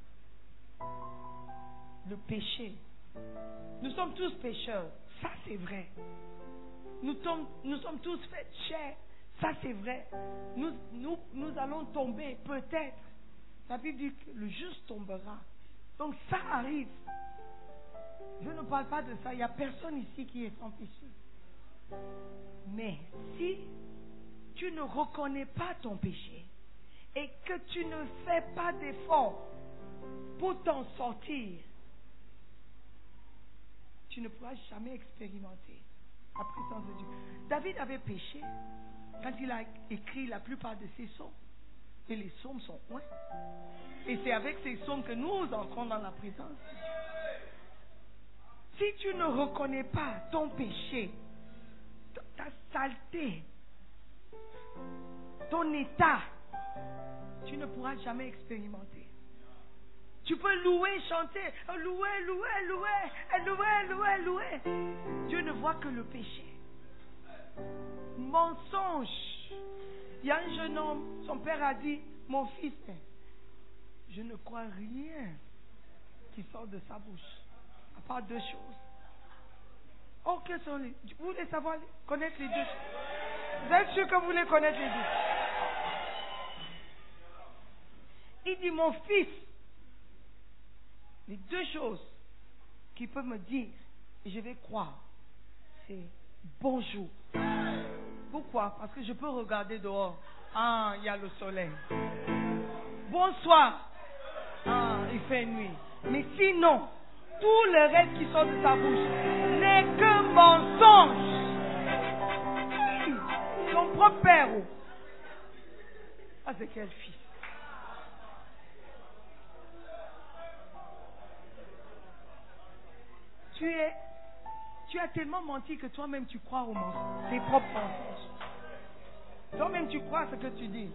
Le péché. Nous sommes tous pécheurs. Ça, c'est vrai. Nous sommes, nous sommes tous faits chers. Ça, c'est vrai. Nous, nous, nous allons tomber, peut-être. La Bible dit que le juste tombera. Donc, ça arrive. Je ne parle pas de ça. Il n'y a personne ici qui est sans péché. Mais si tu ne reconnais pas ton péché et que tu ne fais pas d'effort pour t'en sortir, tu ne pourras jamais expérimenter la présence de Dieu. David avait péché quand il a écrit la plupart de ses psaumes. Et les psaumes sont loin. Et c'est avec ces psaumes que nous entrons dans la présence de Dieu. Si tu ne reconnais pas ton péché, ta saleté, ton état, tu ne pourras jamais expérimenter. Tu peux louer, chanter, louer, louer, louer, louer, louer, louer. Dieu ne voit que le péché. Mensonge. Il y a un jeune homme, son père a dit, mon fils, je ne crois rien qui sort de sa bouche, à part deux choses. Oh, quelles sont les... Vous voulez savoir, connaître les deux choses? Vous êtes sûr que vous voulez connaître les deux? Il dit, mon fils, les deux choses qu'il peut me dire, et je vais croire, c'est bonjour. Beaucoup Pourquoi? Parce que je peux regarder dehors. Ah, il y a le soleil. Bonsoir. Ah, il fait nuit. Mais sinon, tout le reste qui sort de ta bouche n'est que mensonge. Ton propre père. Ah, c'est quel fils? Tu es, tu as tellement menti que toi-même tu crois aux mensonges, tes propres mensonges. Toi-même tu crois à ce que tu dis.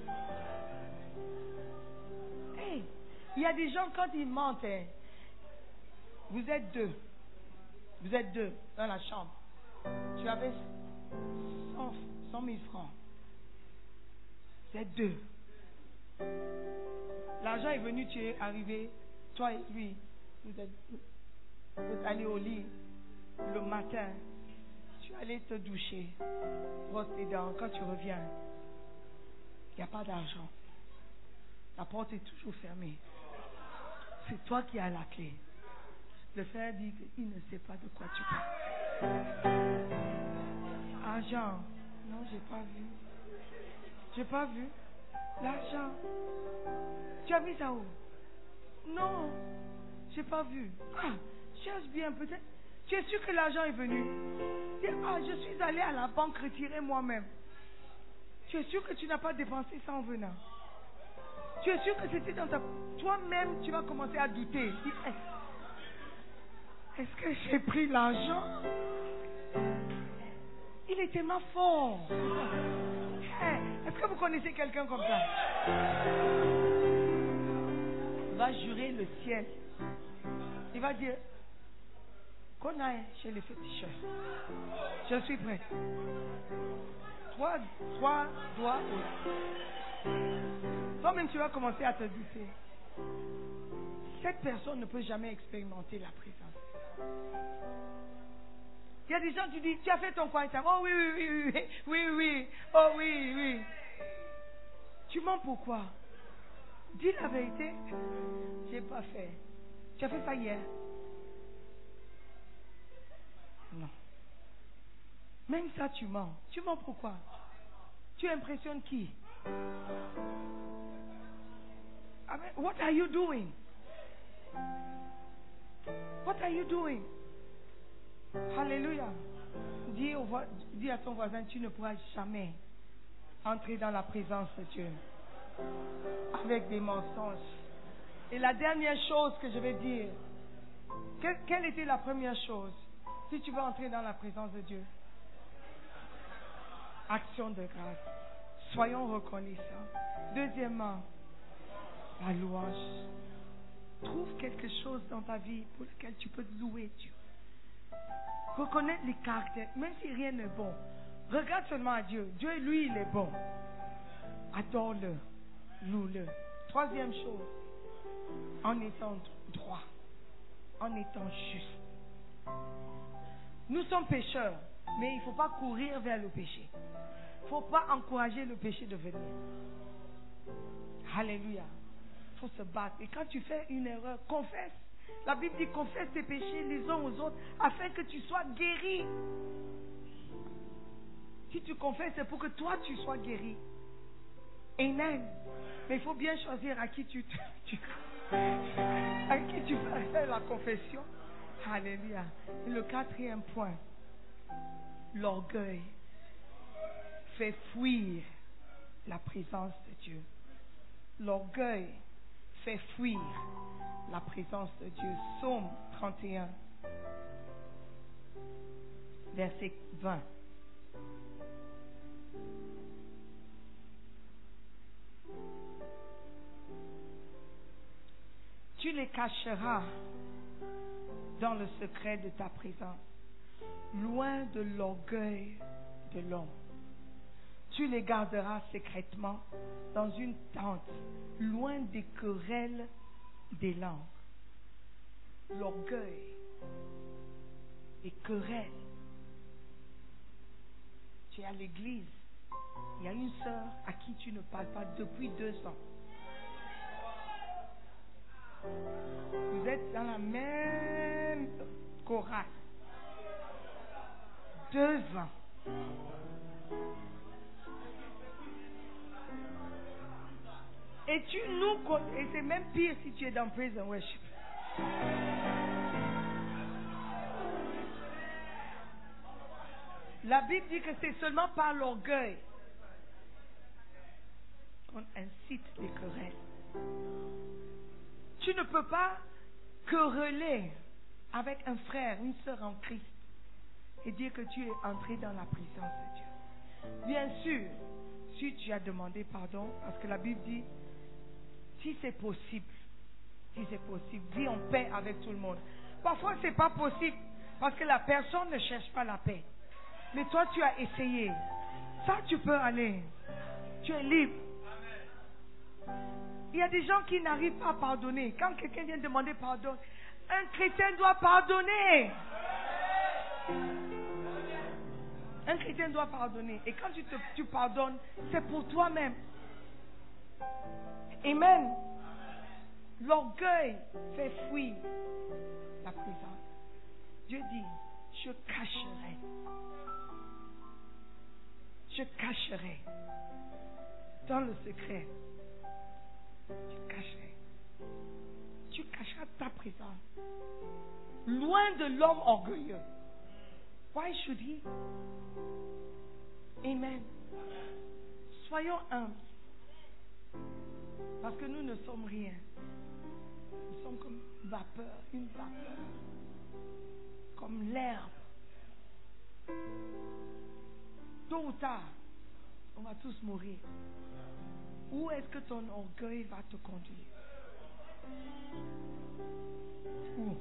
Hey, il y a des gens quand ils mentent, hein, vous êtes deux, vous êtes deux dans la chambre. Tu avais cent mille francs. Vous êtes deux. L'argent est venu, tu es arrivé, toi et lui, vous êtes, vous êtes allés au lit le matin, tu allais te doucher, brosse tes dents, quand tu reviens, il n'y a pas d'argent. La porte est toujours fermée. C'est toi qui as la clé. Le frère dit qu'il ne sait pas de quoi tu parles. Argent, non, j'ai pas vu. J'ai pas vu. L'argent. Tu as mis ça où? Non, j'ai pas vu. Ah, cherche bien peut-être. Tu es sûr que l'argent est venu? Dis, ah, je suis allé à la banque retirer moi-même. Tu es sûr que tu n'as pas dépensé ça en venant? Tu es sûr que c'était dans ta... Toi-même, tu vas commencer à douter. Dis, est-ce que j'ai pris l'argent? Il est tellement fort. Est-ce que vous connaissez quelqu'un comme ça? Il va jurer le ciel. Il va dire qu'on aille chez les féticheurs. Je suis prêt. Trois, trois doigts haut. Toi-même, tu vas commencer à te douter. Cette personne ne peut jamais expérimenter la présence. Il y a des gens qui disent, tu as fait ton coin. Oh oui, oui, oui, oui, oui, oui, oh oui, oui. Tu mens pourquoi? Dis la vérité. J'ai pas fait. Tu as fait ça hier? Non. Même ça, tu mens. Tu mens pourquoi? Tu impressionnes qui? I mean, what are you doing? What are you doing? Alléluia. Dis, au, dis à ton voisin, tu ne pourras jamais entrer dans la présence de Dieu avec des mensonges. Et la dernière chose que je vais dire, que, quelle était la première chose si tu veux entrer dans la présence de Dieu? Action de grâce. Soyons reconnaissants. Deuxièmement, la louange. Trouve quelque chose dans ta vie pour lequel tu peux louer Dieu. Reconnaître les caractères, même si rien n'est bon. Regarde seulement à Dieu. Dieu, lui, il est bon. Adore-le. Loue-le. Troisième chose, en étant droit, en étant juste. Nous sommes pécheurs, mais il ne faut pas courir vers le péché. Il ne faut pas encourager le péché de venir. Alléluia. Il faut se battre. Et quand tu fais une erreur, confesse. La Bible dit confesse tes péchés les uns aux autres afin que tu sois guéri. Si tu confesses, c'est pour que toi tu sois guéri. Amen. Mais il faut bien choisir à qui tu, tu à qui tu vas faire la confession. Alléluia. Et le quatrième point, l'orgueil fait fuir la présence de Dieu. L'orgueil fait fuir la présence de Dieu. Psaume trente et un, verset vingt. Tu les cacheras dans le secret de ta présence, loin de l'orgueil de l'homme. Tu les garderas secrètement dans une tente, loin des querelles des langues. L'orgueil, les querelles. Tu es à l'église, il y a une sœur à qui tu ne parles pas depuis deux ans. Vous êtes dans la même chorale. Deux ans. Et tu nous con- et c'est même pire si tu es dans praise and worship. La Bible dit que c'est seulement par l'orgueil qu'on incite les querelles. Tu ne peux pas quereller avec un frère, une sœur en Christ et dire que tu es entré dans la présence de Dieu. Bien sûr, si tu as demandé pardon, parce que la Bible dit, si c'est possible, si c'est possible, vis en paix avec tout le monde. Parfois, ce n'est pas possible parce que la personne ne cherche pas la paix. Mais toi, tu as essayé. Ça, tu peux aller. Tu es libre. Il y a des gens qui n'arrivent pas à pardonner. Quand quelqu'un vient demander pardon, un chrétien doit pardonner. Un chrétien doit pardonner. Et quand tu, te, tu pardonnes, c'est pour toi-même. Amen. L'orgueil fait fuir la présence. Dieu dit, je cacherai. Je cacherai. Dans le secret. Tu cacherai. Tu cacheras ta présence. Loin de l'homme orgueilleux. Why should he? Amen. Soyons humbles. Parce que nous ne sommes rien. Nous sommes comme vapeur, une vapeur. Comme l'herbe. Tôt ou tard, on va tous mourir. Où est-ce que ton orgueil va te conduire? Où?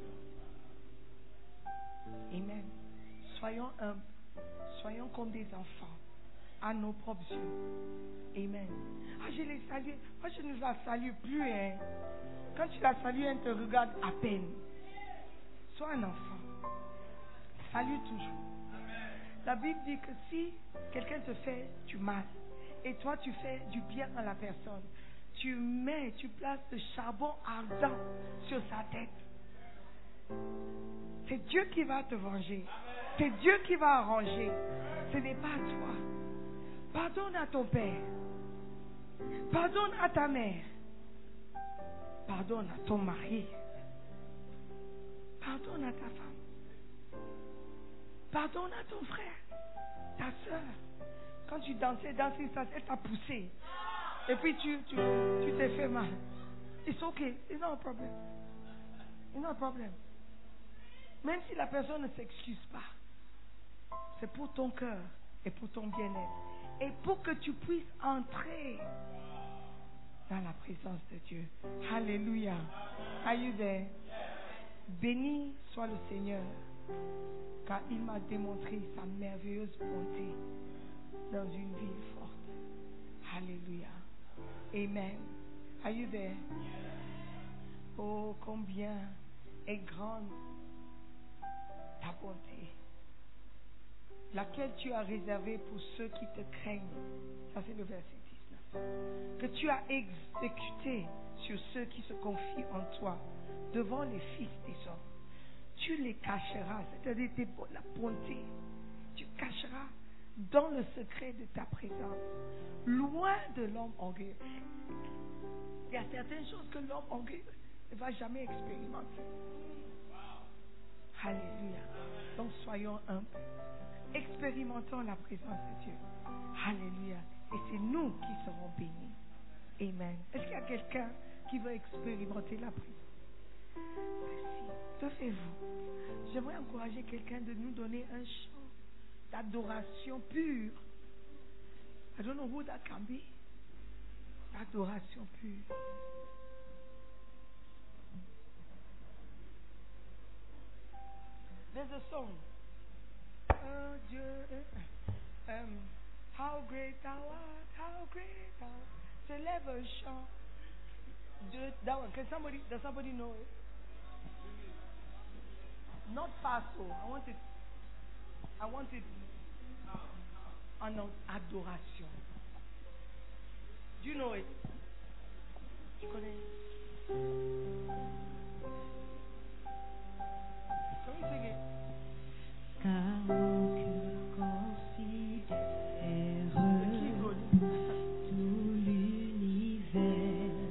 Amen. Soyons humbles. Soyons comme des enfants. À nos propres yeux. Amen. Ah, je les salue. Moi, je ne la salue plus. Hein. Quand tu la salues, elle te regarde à peine. Sois un enfant. Salue toujours. La Bible dit que si quelqu'un te fait du mal et toi tu fais du bien à la personne, tu mets, tu places le charbon ardent sur sa tête. C'est Dieu qui va te venger. C'est Dieu qui va arranger. Ce n'est pas toi. Pardonne à ton père. Pardonne à ta mère. Pardonne à ton mari. Pardonne à ta femme. Pardonne à ton frère, ta soeur. Quand tu dansais dans cette salle, elle t'a poussé. Et puis tu, tu, tu t'es fait mal. It's okay. It's not a problem. It's not a problem. Même si la personne ne s'excuse pas, c'est pour ton cœur et pour ton bien-être. Et pour que tu puisses entrer dans la présence de Dieu. Alléluia. Are you there? Béni soit le Seigneur, car il m'a démontré sa merveilleuse bonté dans une ville forte. Alléluia. Amen. Are you there? Oh, combien est grande ta bonté, laquelle tu as réservée pour ceux qui te craignent. Ça, c'est le verset dix-neuf. Que tu as exécuté sur ceux qui se confient en toi devant les fils des hommes. Tu les cacheras, c'est-à-dire la bonté. Tu cacheras dans le secret de ta présence, loin de l'homme orgueilleux. Il y a certaines choses que l'homme orgueilleux ne va jamais expérimenter. Alléluia. Donc soyons humbles. Expérimentons la présence de Dieu. Alléluia. Et c'est nous qui serons bénis. Amen. Est-ce qu'il y a quelqu'un qui veut expérimenter la présence? Merci. Levez-vous. J'aimerais encourager quelqu'un de nous donner un chant d'adoration pure. I don't know who that can be. Adoration pure. There's a song. Oh Dieu, um, how great thou art, how great thou art. Se lève un chant. De, that one. Can somebody, does somebody know it? Not fast, though. I want it. I want it en adoration. Do you know it? Tu connais? Can we sing it? Car mon cœur considère The key is good. tout l'univers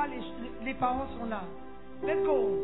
pas, les, les parents sont là. Let's go.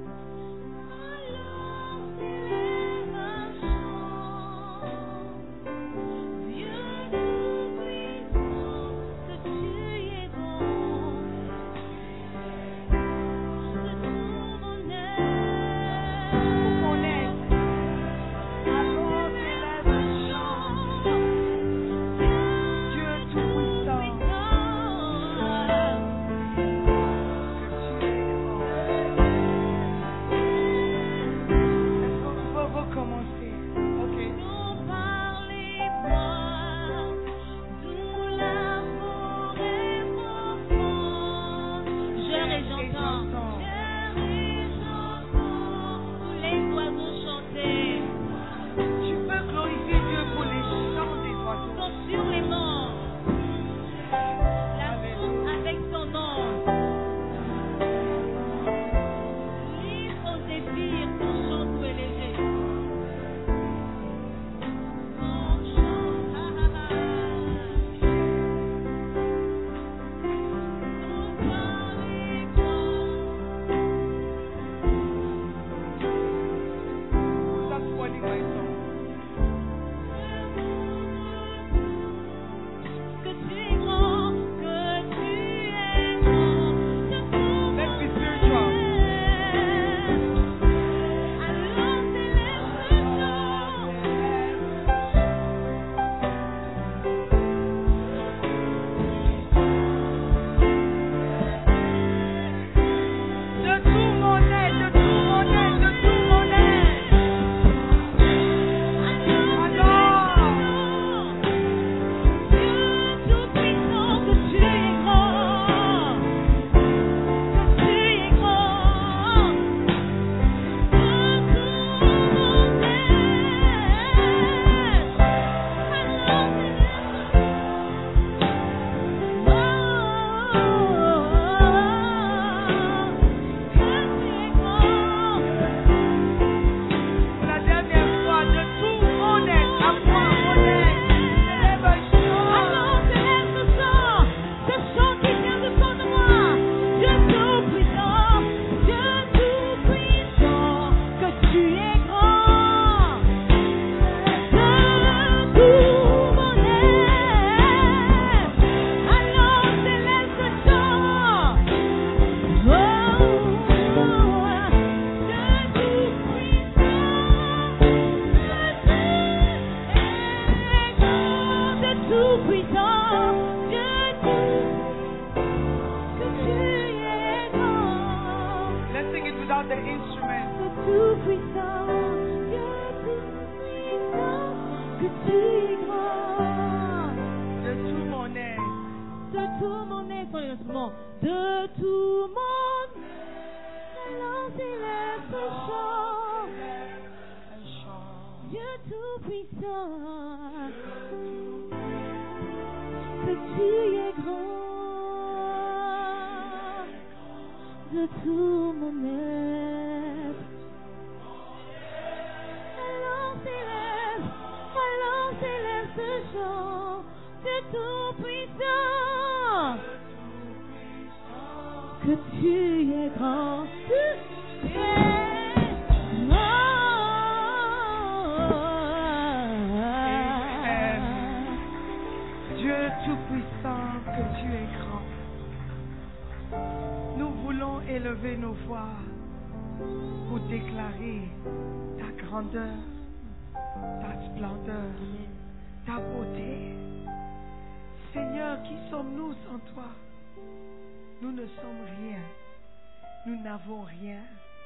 Rien.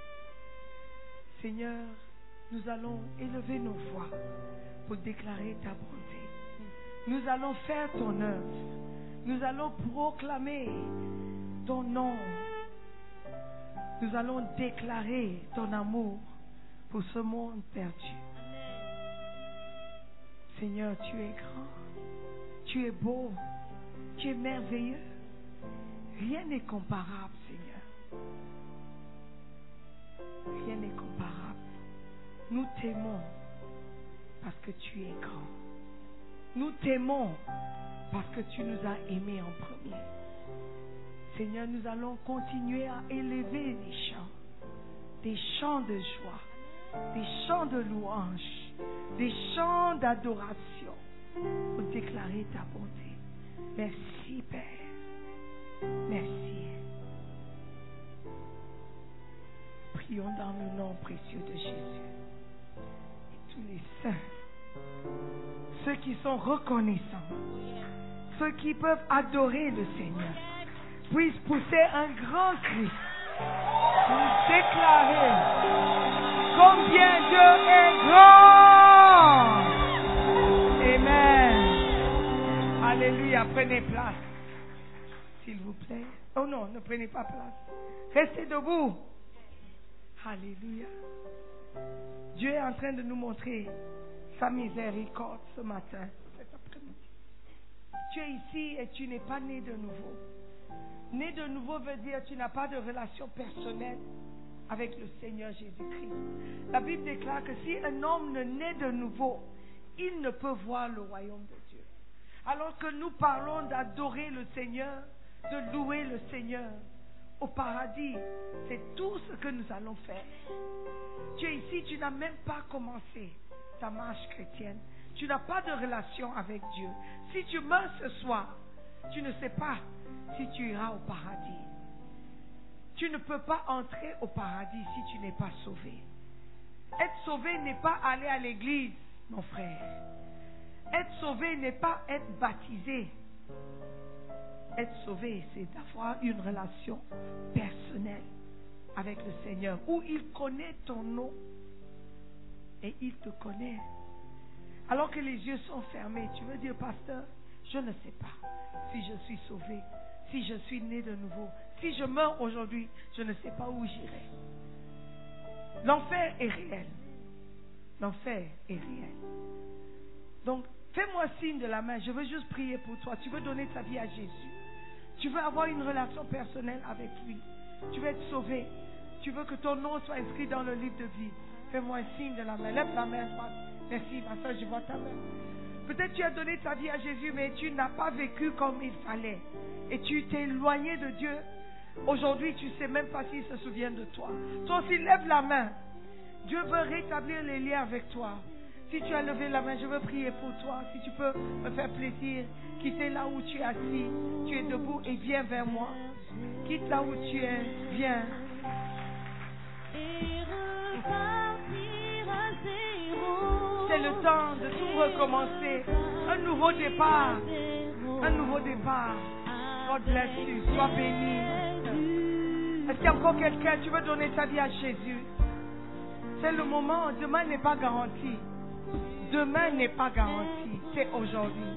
Seigneur, nous allons élever nos voix pour déclarer ta bonté. Nous allons faire ton œuvre. Nous allons proclamer ton nom. Nous allons déclarer ton amour pour ce monde perdu. Seigneur, tu es grand. Tu es beau. Tu es merveilleux. Rien n'est comparable, Seigneur. Rien n'est comparable. Nous t'aimons parce que tu es grand. Nous t'aimons parce que tu nous as aimés en premier. Seigneur, nous allons continuer à élever les chants, des chants de joie, des chants de louange, des chants d'adoration pour déclarer ta bonté. Merci, Père. Merci. Prions dans le nom précieux de Jésus. Et tous les saints, ceux qui sont reconnaissants, ceux qui peuvent adorer le Seigneur, puissent pousser un grand cri pour déclarer combien Dieu est grand. Amen. Alléluia. Prenez place, s'il vous plaît. Oh non, ne prenez pas place. Restez debout. Alléluia. Dieu est en train de nous montrer sa miséricorde ce matin, cet après-midi. Tu es ici et tu n'es pas né de nouveau. Né de nouveau veut dire que tu n'as pas de relation personnelle avec le Seigneur Jésus-Christ. La Bible déclare que si un homme ne naît de nouveau, il ne peut voir le royaume de Dieu. Alors que nous parlons d'adorer le Seigneur, de louer le Seigneur, au paradis, c'est tout ce que nous allons faire. Tu es ici, tu n'as même pas commencé ta marche chrétienne. Tu n'as pas de relation avec Dieu. Si tu meurs ce soir, tu ne sais pas si tu iras au paradis. Tu ne peux pas entrer au paradis si tu n'es pas sauvé. Être sauvé n'est pas aller à l'église, mon frère. Être sauvé n'est pas être baptisé. Être sauvé, c'est d'avoir une relation personnelle avec le Seigneur, où il connaît ton nom et il te connaît. Alors que les yeux sont fermés, tu veux dire, pasteur, je ne sais pas si je suis sauvé, si je suis né de nouveau. Si je meurs aujourd'hui, je ne sais pas où j'irai. L'enfer est réel. L'enfer est réel. Donc, fais-moi signe de la main. Je veux juste prier pour toi. Tu veux donner ta vie à Jésus. Tu veux avoir une relation personnelle avec lui. Tu veux être sauvé. Tu veux que ton nom soit inscrit dans le livre de vie. Fais-moi un signe de la main. Lève la main droite. Merci, ma soeur, je vois ta main. Peut-être tu as donné ta vie à Jésus, mais tu n'as pas vécu comme il fallait. Et tu t'es éloigné de Dieu. Aujourd'hui, tu ne sais même pas s'il se souvient de toi. Toi aussi, lève la main. Dieu veut rétablir les liens avec toi. Si tu as levé la main, je veux prier pour toi. Si tu peux me faire plaisir, quitter là où tu es assis. Tu es debout et viens vers moi. Quitte là où tu es. Viens. C'est le temps de tout recommencer. Un nouveau départ. Un nouveau départ. God bless you. Sois béni. Est-ce qu'il y a encore quelqu'un, tu veux donner ta vie à Jésus? C'est le moment. Demain n'est pas garanti. Demain n'est pas garanti. C'est aujourd'hui.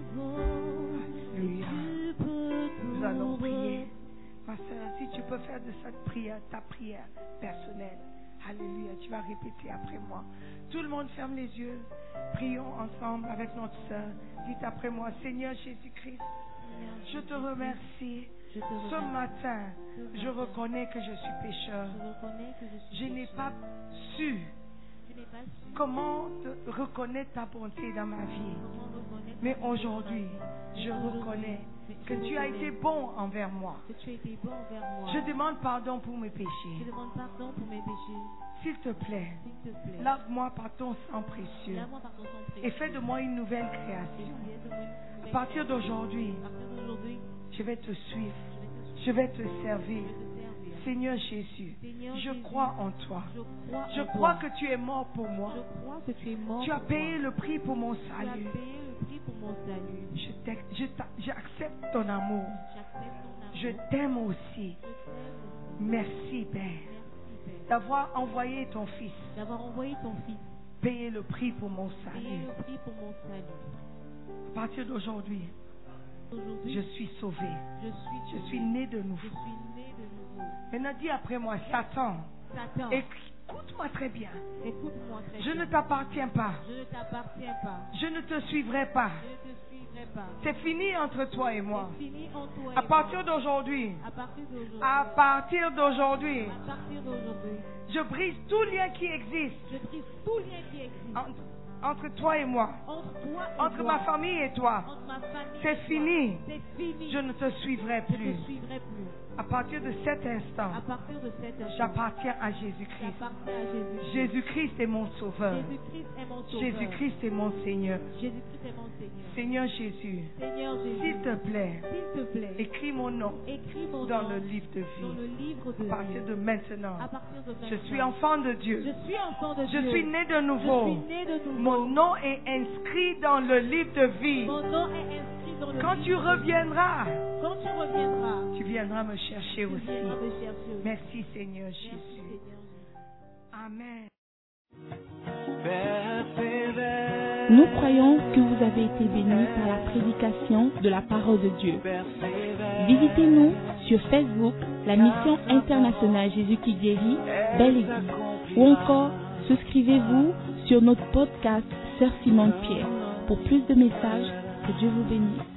Alléluia. Nous allons prier. Ma soeur, si tu peux faire de cette prière ta prière personnelle. Alléluia. Tu vas répéter après moi. Tout le monde ferme les yeux. Prions ensemble avec notre soeur. Dites après moi, Seigneur Jésus-Christ, je te remercie. Je te remercie. Ce matin, je reconnais que je suis pécheur. Je reconnais que je suis Je n'ai pécheur. pas su Je n'ai pas su comment te reconnaître ta bonté dans ma vie. comment reconnaître Mais ta bonté dans ma aujourd'hui, vie. je Aujourd'hui, reconnais je que tu as reconnais été bon envers moi. que tu as été bon envers moi. Je demande pardon pour mes Je péchés. demande pardon pour mes péchés. S'il te plaît, S'il te plaît, lave-moi par ton sang précieux lave-moi par ton sang précieux. et fais de moi une nouvelle Et création. fais de moi une À partir d'aujourd'hui, À partir d'aujourd'hui, je vais te suivre. je vais te Je vais te servir. Je vais te servir. Seigneur Jésus, Seigneur je Jésus, crois en toi. Je crois Je en crois toi. que tu es mort pour moi. Je crois que tu es mort. Tu as pour payé moi. le prix pour mon Tu as salut. payé le prix pour mon salut. Je t'ac- je t'a- J'accepte ton amour. J'accepte ton amour. Je t'aime aussi. Je t'aime aussi. Merci, Père, Merci, Père, d'avoir envoyé ton Fils d'avoir envoyé ton Fils payer le prix pour mon payer salut. le prix pour mon salut. À partir d'aujourd'hui, Aujourd'hui, je suis sauvé. je suis, Je suis né de je nouveau. suis né de nouveau. Maintenant, dis après moi, Satan, Satan, écoute-moi très bien. écoute-moi très Je bien. ne t'appartiens pas. Je ne t'appartiens pas. Je ne te suivrai pas. Je ne te suivrai pas. C'est fini entre toi et moi. C'est fini en toi et À partir moi. d'aujourd'hui, À partir d'aujourd'hui. à partir d'aujourd'hui, À partir d'aujourd'hui. je brise tout lien qui existe Je brise tout lien qui existe entre, entre toi et moi, entre toi et entre moi, ma famille et toi, entre ma famille c'est et toi, fini. c'est fini. Je ne te suivrai Je plus. ne suivrai plus. À partir de cet instant, À partir de cet instant, j'appartiens à Jésus-Christ. j'appartiens à Jésus-Christ. Jésus-Christ est mon sauveur. Jésus-Christ est mon sauveur. Jésus-Christ est mon Seigneur. Jésus-Christ est mon Seigneur. Seigneur Jésus, Seigneur Jésus, s'il te plaît, s'il te plaît, écris mon nom écris mon dans nom le livre de dans le vie. livre de À partir vie. de maintenant, À partir de maintenant, je suis enfant de je Dieu. suis enfant de Je Dieu. suis né de Je nouveau. suis né de nouveau. Mon nom est inscrit dans le livre de vie. Mon nom est inscrit dans le Quand livre tu de vie. reviendras, Quand tu reviendras, tu viendras me chercher tu aussi. viendras me chercher aussi. Merci Seigneur Merci, Jésus. Seigneur Jésus. Amen. Persévère. Nous croyons que vous avez été bénis par la prédication de la parole de Dieu. Persévère. Visitez-nous sur Facebook, la mission internationale Jésus qui guérit, Belle Église. Ou encore, souscrivez-vous sur notre podcast Sœur Simone Pierre. Pour plus de messages, que Dieu vous bénisse.